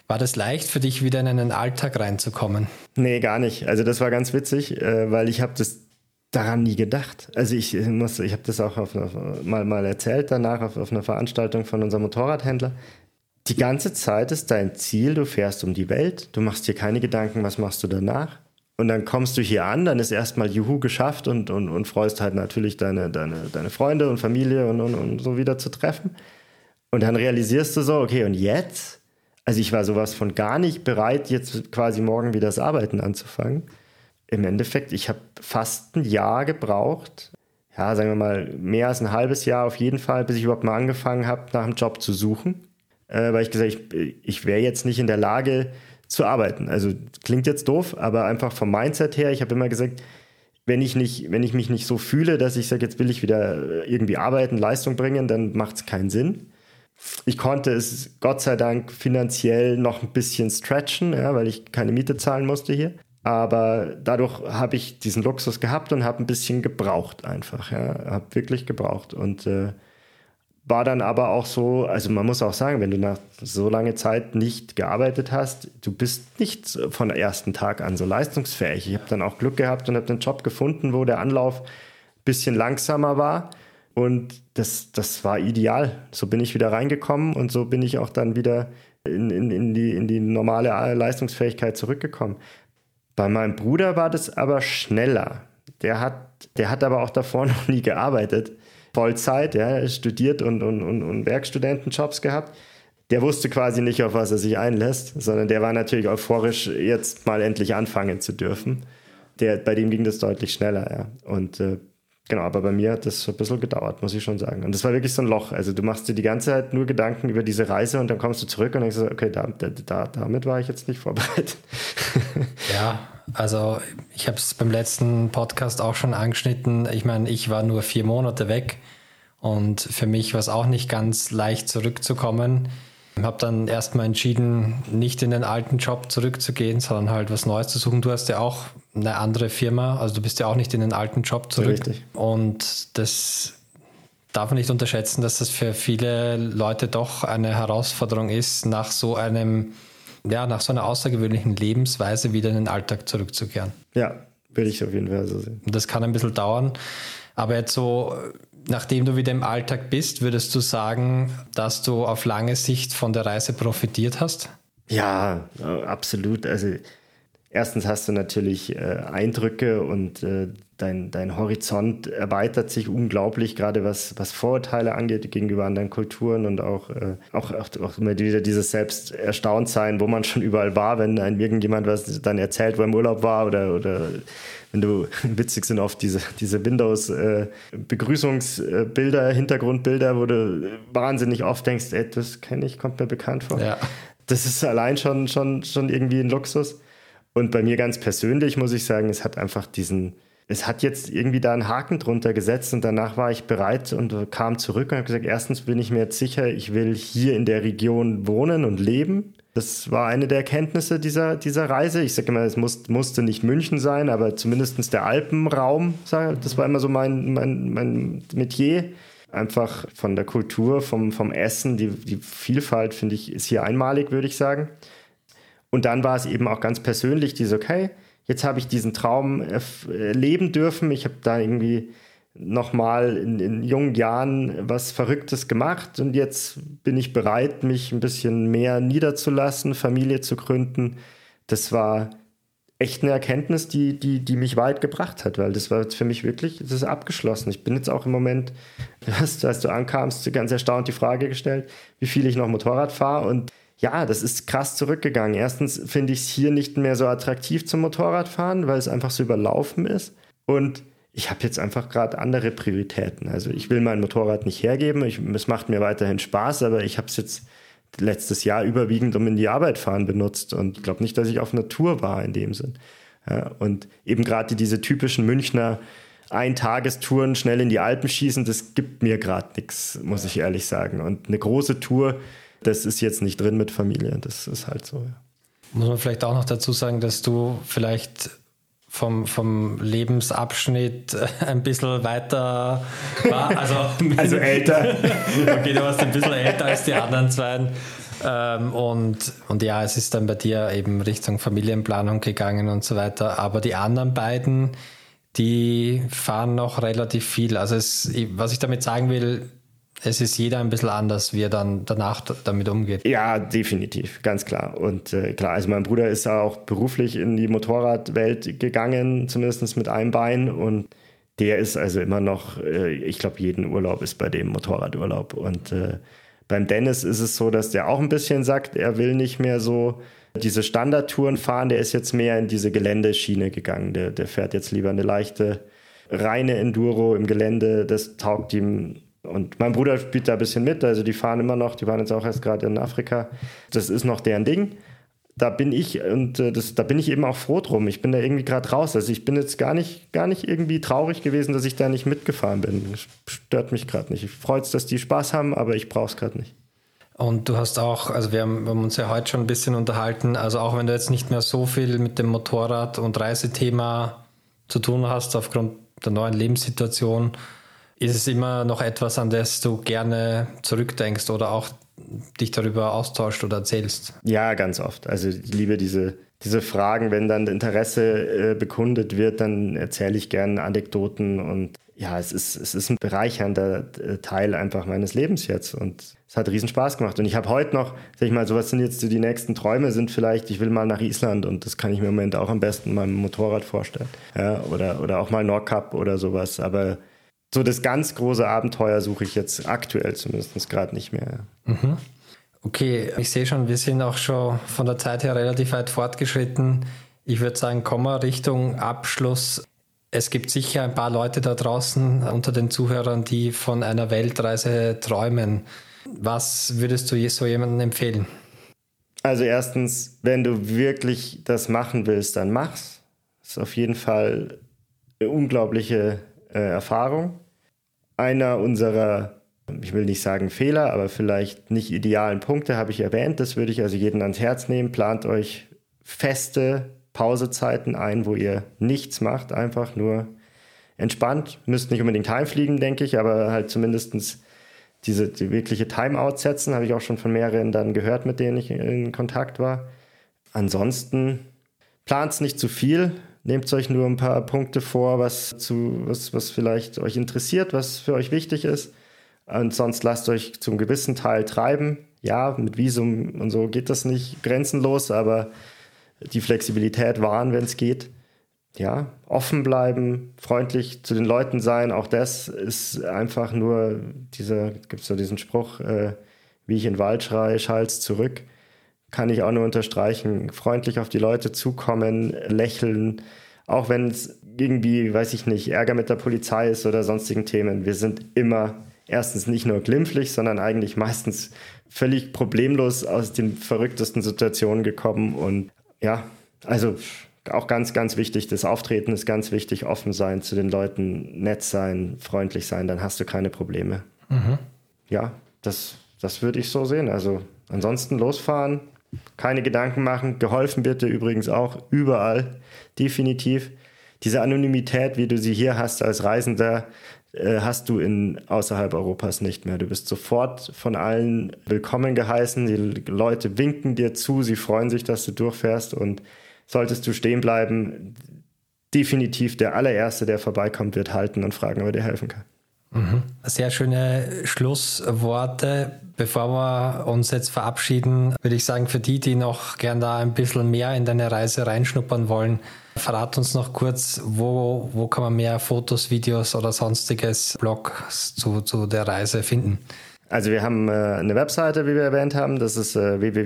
War das leicht für dich, wieder in einen Alltag reinzukommen? Nee, gar nicht. Also das war ganz witzig, weil ich habe das daran nie gedacht. Also ich habe das auch mal erzählt danach auf einer Veranstaltung von unserem Motorradhändler. Die ganze Zeit ist dein Ziel, du fährst um die Welt, du machst dir keine Gedanken, was machst du danach. Und dann kommst du hier an, dann ist erstmal Juhu geschafft und freust halt natürlich deine Freunde und Familie und so wieder zu treffen. Und dann realisierst du so, okay, und jetzt? Also ich war sowas von gar nicht bereit, jetzt quasi morgen wieder das Arbeiten anzufangen. Im Endeffekt, ich habe fast ein Jahr gebraucht, ja, sagen wir mal, mehr als ein halbes Jahr auf jeden Fall, bis ich überhaupt mal angefangen habe, nach einem Job zu suchen. Weil ich gesagt habe, ich wäre jetzt nicht in der Lage zu arbeiten. Also klingt jetzt doof, aber einfach vom Mindset her, ich habe immer gesagt, wenn ich mich nicht so fühle, dass ich sage, jetzt will ich wieder irgendwie arbeiten, Leistung bringen, dann macht es keinen Sinn. Ich konnte es Gott sei Dank finanziell noch ein bisschen stretchen, ja, weil ich keine Miete zahlen musste hier. Aber dadurch habe ich diesen Luxus gehabt und habe ein bisschen gebraucht einfach. Ja, habe wirklich gebraucht und war dann aber auch so, also man muss auch sagen, wenn du nach so langer Zeit nicht gearbeitet hast, du bist nicht von der ersten Tag an so leistungsfähig. Ich habe dann auch Glück gehabt und habe einen Job gefunden, wo der Anlauf ein bisschen langsamer war und das war ideal. So bin ich wieder reingekommen und so bin ich auch dann wieder in die normale Leistungsfähigkeit zurückgekommen. Bei meinem Bruder war das aber schneller. Der hat aber auch davor noch nie gearbeitet. Vollzeit, ja, studiert und Werkstudentenjobs gehabt. Der wusste quasi nicht, auf was er sich einlässt, sondern der war natürlich euphorisch, jetzt mal endlich anfangen zu dürfen. Bei dem ging das deutlich schneller, ja. Und genau, aber bei mir hat das ein bisschen gedauert, muss ich schon sagen. Und das war wirklich so ein Loch. Also du machst dir die ganze Zeit nur Gedanken über diese Reise und dann kommst du zurück und denkst, okay, damit war ich jetzt nicht vorbereitet. Ja, also ich habe es beim letzten Podcast auch schon angeschnitten. Ich meine, ich war nur 4 Monate weg und für mich war es auch nicht ganz leicht zurückzukommen. Ich habe dann erstmal entschieden, nicht in den alten Job zurückzugehen, sondern halt was Neues zu suchen. Du hast ja auch eine andere Firma, also du bist ja auch nicht in den alten Job zurück. Richtig. Und das darf man nicht unterschätzen, dass das für viele Leute doch eine Herausforderung ist, nach so einer außergewöhnlichen Lebensweise wieder in den Alltag zurückzukehren. Ja, würde ich auf jeden Fall so sehen. Das kann ein bisschen dauern, aber jetzt so, nachdem du wieder im Alltag bist, würdest du sagen, dass du auf lange Sicht von der Reise profitiert hast? Ja, absolut. Also erstens hast du natürlich Eindrücke und dein Horizont erweitert sich unglaublich, gerade was Vorurteile angeht gegenüber anderen Kulturen und auch immer wieder dieses Selbsterstauntsein, wo man schon überall war, wenn einem irgendjemand was dann erzählt, wo er im Urlaub war oder wenn du, witzig sind oft diese Windows Begrüßungsbilder, Hintergrundbilder, wo du wahnsinnig oft denkst, ey, das kenne ich, kommt mir bekannt vor. Ja. Das ist allein schon irgendwie ein Luxus. Und bei mir ganz persönlich muss ich sagen, es hat jetzt irgendwie da einen Haken drunter gesetzt und danach war ich bereit und kam zurück und habe gesagt, erstens bin ich mir jetzt sicher, ich will hier in der Region wohnen und leben. Das war eine der Erkenntnisse dieser Reise. Ich sage immer, es musste nicht München sein, aber zumindest der Alpenraum, das war immer so mein Metier. Einfach von der Kultur, vom Essen, die Vielfalt, finde ich, ist hier einmalig, würde ich sagen. Und dann war es eben auch ganz persönlich, okay, jetzt habe ich diesen Traum leben dürfen. Ich habe da irgendwie nochmal in jungen Jahren was Verrücktes gemacht und jetzt bin ich bereit, mich ein bisschen mehr niederzulassen, Familie zu gründen. Das war echt eine Erkenntnis, die mich weit gebracht hat, weil das war jetzt für mich wirklich, das ist abgeschlossen. Ich bin jetzt auch im Moment, als du ankamst, ganz erstaunt die Frage gestellt, wie viel ich noch Motorrad fahre und ja, das ist krass zurückgegangen. Erstens finde ich es hier nicht mehr so attraktiv zum Motorradfahren, weil es einfach so überlaufen ist. Und ich habe jetzt einfach gerade andere Prioritäten. Also ich will mein Motorrad nicht hergeben. Es macht mir weiterhin Spaß, aber ich habe es jetzt letztes Jahr überwiegend in die Arbeit fahren benutzt. Und ich glaube nicht, dass ich auf einer Tour war in dem Sinn. Ja, und eben gerade diese typischen Münchner Eintagestouren, schnell in die Alpen schießen, das gibt mir gerade nichts, muss ich ehrlich sagen. Und eine große Tour, das ist jetzt nicht drin mit Familie, das ist halt so. Ja. Muss man vielleicht auch noch dazu sagen, dass du vielleicht vom Lebensabschnitt ein bisschen weiter war. Also älter. Okay, du warst ein bisschen älter als die anderen zwei. Und ja, es ist dann bei dir eben Richtung Familienplanung gegangen und so weiter. Aber die anderen beiden, die fahren noch relativ viel. Also was ich damit sagen will, es ist jeder ein bisschen anders, wie er dann danach damit umgeht. Ja, definitiv, ganz klar. Und klar, also mein Bruder ist auch beruflich in die Motorradwelt gegangen, zumindest mit einem Bein. Und der ist also immer noch, ich glaube, jeden Urlaub ist bei dem Motorradurlaub. Und beim Dennis ist es so, dass der auch ein bisschen sagt, er will nicht mehr so diese Standardtouren fahren. Der ist jetzt mehr in diese Geländeschiene gegangen. Der fährt jetzt lieber eine leichte, reine Enduro im Gelände. Das taugt ihm. Und mein Bruder spielt da ein bisschen mit, also die fahren immer noch, die waren jetzt auch erst gerade in Afrika. Das ist noch deren Ding. Da bin ich da bin ich eben auch froh drum. Ich bin da irgendwie gerade raus. Also ich bin jetzt gar nicht irgendwie traurig gewesen, dass ich da nicht mitgefahren bin. Das stört mich gerade nicht. Ich freue mich, dass die Spaß haben, aber ich brauche es gerade nicht. Und du hast auch, also wir haben uns ja heute schon ein bisschen unterhalten, also auch wenn du jetzt nicht mehr so viel mit dem Motorrad- und Reisethema zu tun hast aufgrund der neuen Lebenssituation, ist es immer noch etwas, an das du gerne zurückdenkst oder auch dich darüber austauscht oder erzählst? Ja, ganz oft. Also ich liebe diese Fragen, wenn dann Interesse bekundet wird, dann erzähle ich gerne Anekdoten und ja, es ist ein bereichernder Teil einfach meines Lebens jetzt und es hat riesen Spaß gemacht. Und ich habe heute noch, sag ich mal, so was sind jetzt die nächsten Träume, sind vielleicht, ich will mal nach Island und das kann ich mir im Moment auch am besten mit meinem Motorrad vorstellen. Ja, oder auch mal Nordkap oder sowas, aber so das ganz große Abenteuer suche ich jetzt aktuell zumindest gerade nicht mehr. Mhm. Okay, ich sehe schon, wir sind auch schon von der Zeit her relativ weit fortgeschritten. Ich würde sagen, kommen wir Richtung Abschluss. Es gibt sicher ein paar Leute da draußen unter den Zuhörern, die von einer Weltreise träumen. Was würdest du so jemandem empfehlen? Also erstens, wenn du wirklich das machen willst, dann mach's. Das ist auf jeden Fall eine unglaubliche Erfahrung. Einer unserer, ich will nicht sagen Fehler, aber vielleicht nicht idealen Punkte habe ich erwähnt. Das würde ich also jedem ans Herz nehmen. Plant euch feste Pausezeiten ein, wo ihr nichts macht, einfach nur entspannt. Müsst nicht unbedingt heimfliegen, denke ich, aber halt zumindest die wirkliche Timeout setzen. Habe ich auch schon von mehreren dann gehört, mit denen ich in Kontakt war. Ansonsten plant nicht zu viel. Nehmt euch nur ein paar Punkte vor, was vielleicht euch interessiert, was für euch wichtig ist. Und sonst lasst euch zum gewissen Teil treiben. Ja, mit Visum und so geht das nicht grenzenlos, aber die Flexibilität wahren, wenn es geht. Ja, offen bleiben, freundlich zu den Leuten sein. Auch das ist einfach nur gibt es so diesen Spruch, wie ich in den Wald schreie, schallt's zurück. Kann ich auch nur unterstreichen, freundlich auf die Leute zukommen, lächeln, auch wenn es irgendwie, weiß ich nicht, Ärger mit der Polizei ist oder sonstigen Themen. Wir sind immer erstens nicht nur glimpflich, sondern eigentlich meistens völlig problemlos aus den verrücktesten Situationen gekommen. Und ja, also auch ganz, ganz wichtig, das Auftreten ist ganz wichtig, offen sein zu den Leuten, nett sein, freundlich sein, dann hast du keine Probleme. Mhm. Ja, das würde ich so sehen. Also ansonsten losfahren, keine Gedanken machen. Geholfen wird dir übrigens auch überall, definitiv. Diese Anonymität, wie du sie hier hast als Reisender, hast du außerhalb Europas nicht mehr. Du bist sofort von allen willkommen geheißen. Die Leute winken dir zu, sie freuen sich, dass du durchfährst und solltest du stehen bleiben, definitiv der allererste, der vorbeikommt, wird halten und fragen, ob er dir helfen kann. Sehr schöne Schlussworte. Bevor wir uns jetzt verabschieden, würde ich sagen, für die noch gern da ein bisschen mehr in deine Reise reinschnuppern wollen, verrat uns noch kurz, wo kann man mehr Fotos, Videos oder sonstiges Blogs zu der Reise finden? Also wir haben eine Webseite, wie wir erwähnt haben, das ist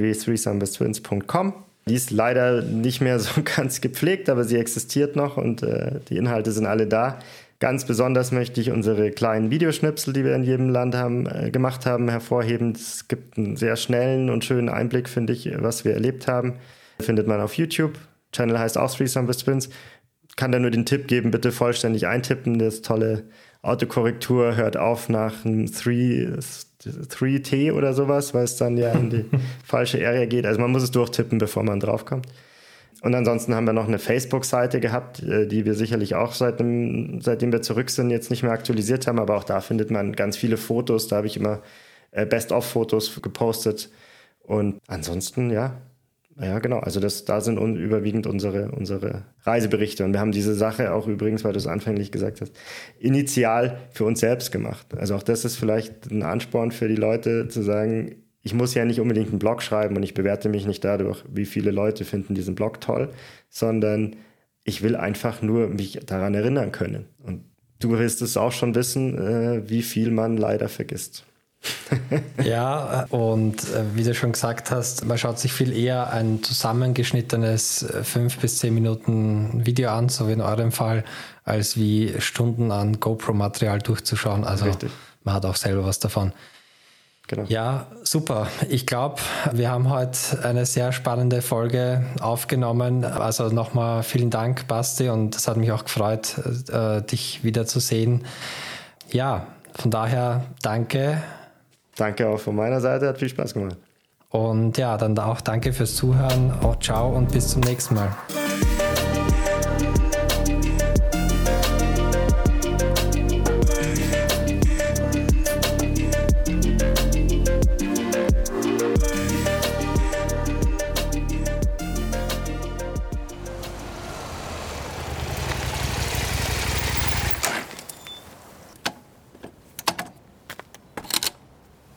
www.threesomebestwins.com. Die ist leider nicht mehr so ganz gepflegt, aber sie existiert noch und die Inhalte sind alle da. Ganz besonders möchte ich unsere kleinen Videoschnipsel, die wir in jedem Land gemacht haben, hervorheben. Es gibt einen sehr schnellen und schönen Einblick, finde ich, was wir erlebt haben. Findet man auf YouTube. Channel heißt auch Threesome Best Twins. Kann da nur den Tipp geben, bitte vollständig eintippen. Das tolle Autokorrektur hört auf nach einem 3T oder sowas, weil es dann ja in die falsche Area geht. Also man muss es durchtippen, bevor man draufkommt. Und ansonsten haben wir noch eine Facebook-Seite gehabt, die wir sicherlich auch seitdem wir zurück sind, jetzt nicht mehr aktualisiert haben. Aber auch da findet man ganz viele Fotos. Da habe ich immer Best-of-Fotos gepostet. Und ansonsten, ja, genau. Also da sind überwiegend unsere Reiseberichte. Und wir haben diese Sache auch übrigens, weil du es anfänglich gesagt hast, initial für uns selbst gemacht. Also auch das ist vielleicht ein Ansporn für die Leute zu sagen, ich muss ja nicht unbedingt einen Blog schreiben und ich bewerte mich nicht dadurch, wie viele Leute finden diesen Blog toll, sondern ich will einfach nur mich daran erinnern können. Und du wirst es auch schon wissen, wie viel man leider vergisst. Ja, und wie du schon gesagt hast, man schaut sich viel eher ein zusammengeschnittenes 5 bis 10 Minuten Video an, so wie in eurem Fall, als wie Stunden an GoPro-Material durchzuschauen. Also Richtig. Man hat auch selber was davon. Genau. Ja, super. Ich glaube, wir haben heute eine sehr spannende Folge aufgenommen. Also nochmal vielen Dank, Basti, und es hat mich auch gefreut, dich wieder zu sehen. Ja, von daher danke. Danke auch von meiner Seite, hat viel Spaß gemacht. Und ja, dann auch danke fürs Zuhören. Auch ciao und bis zum nächsten Mal.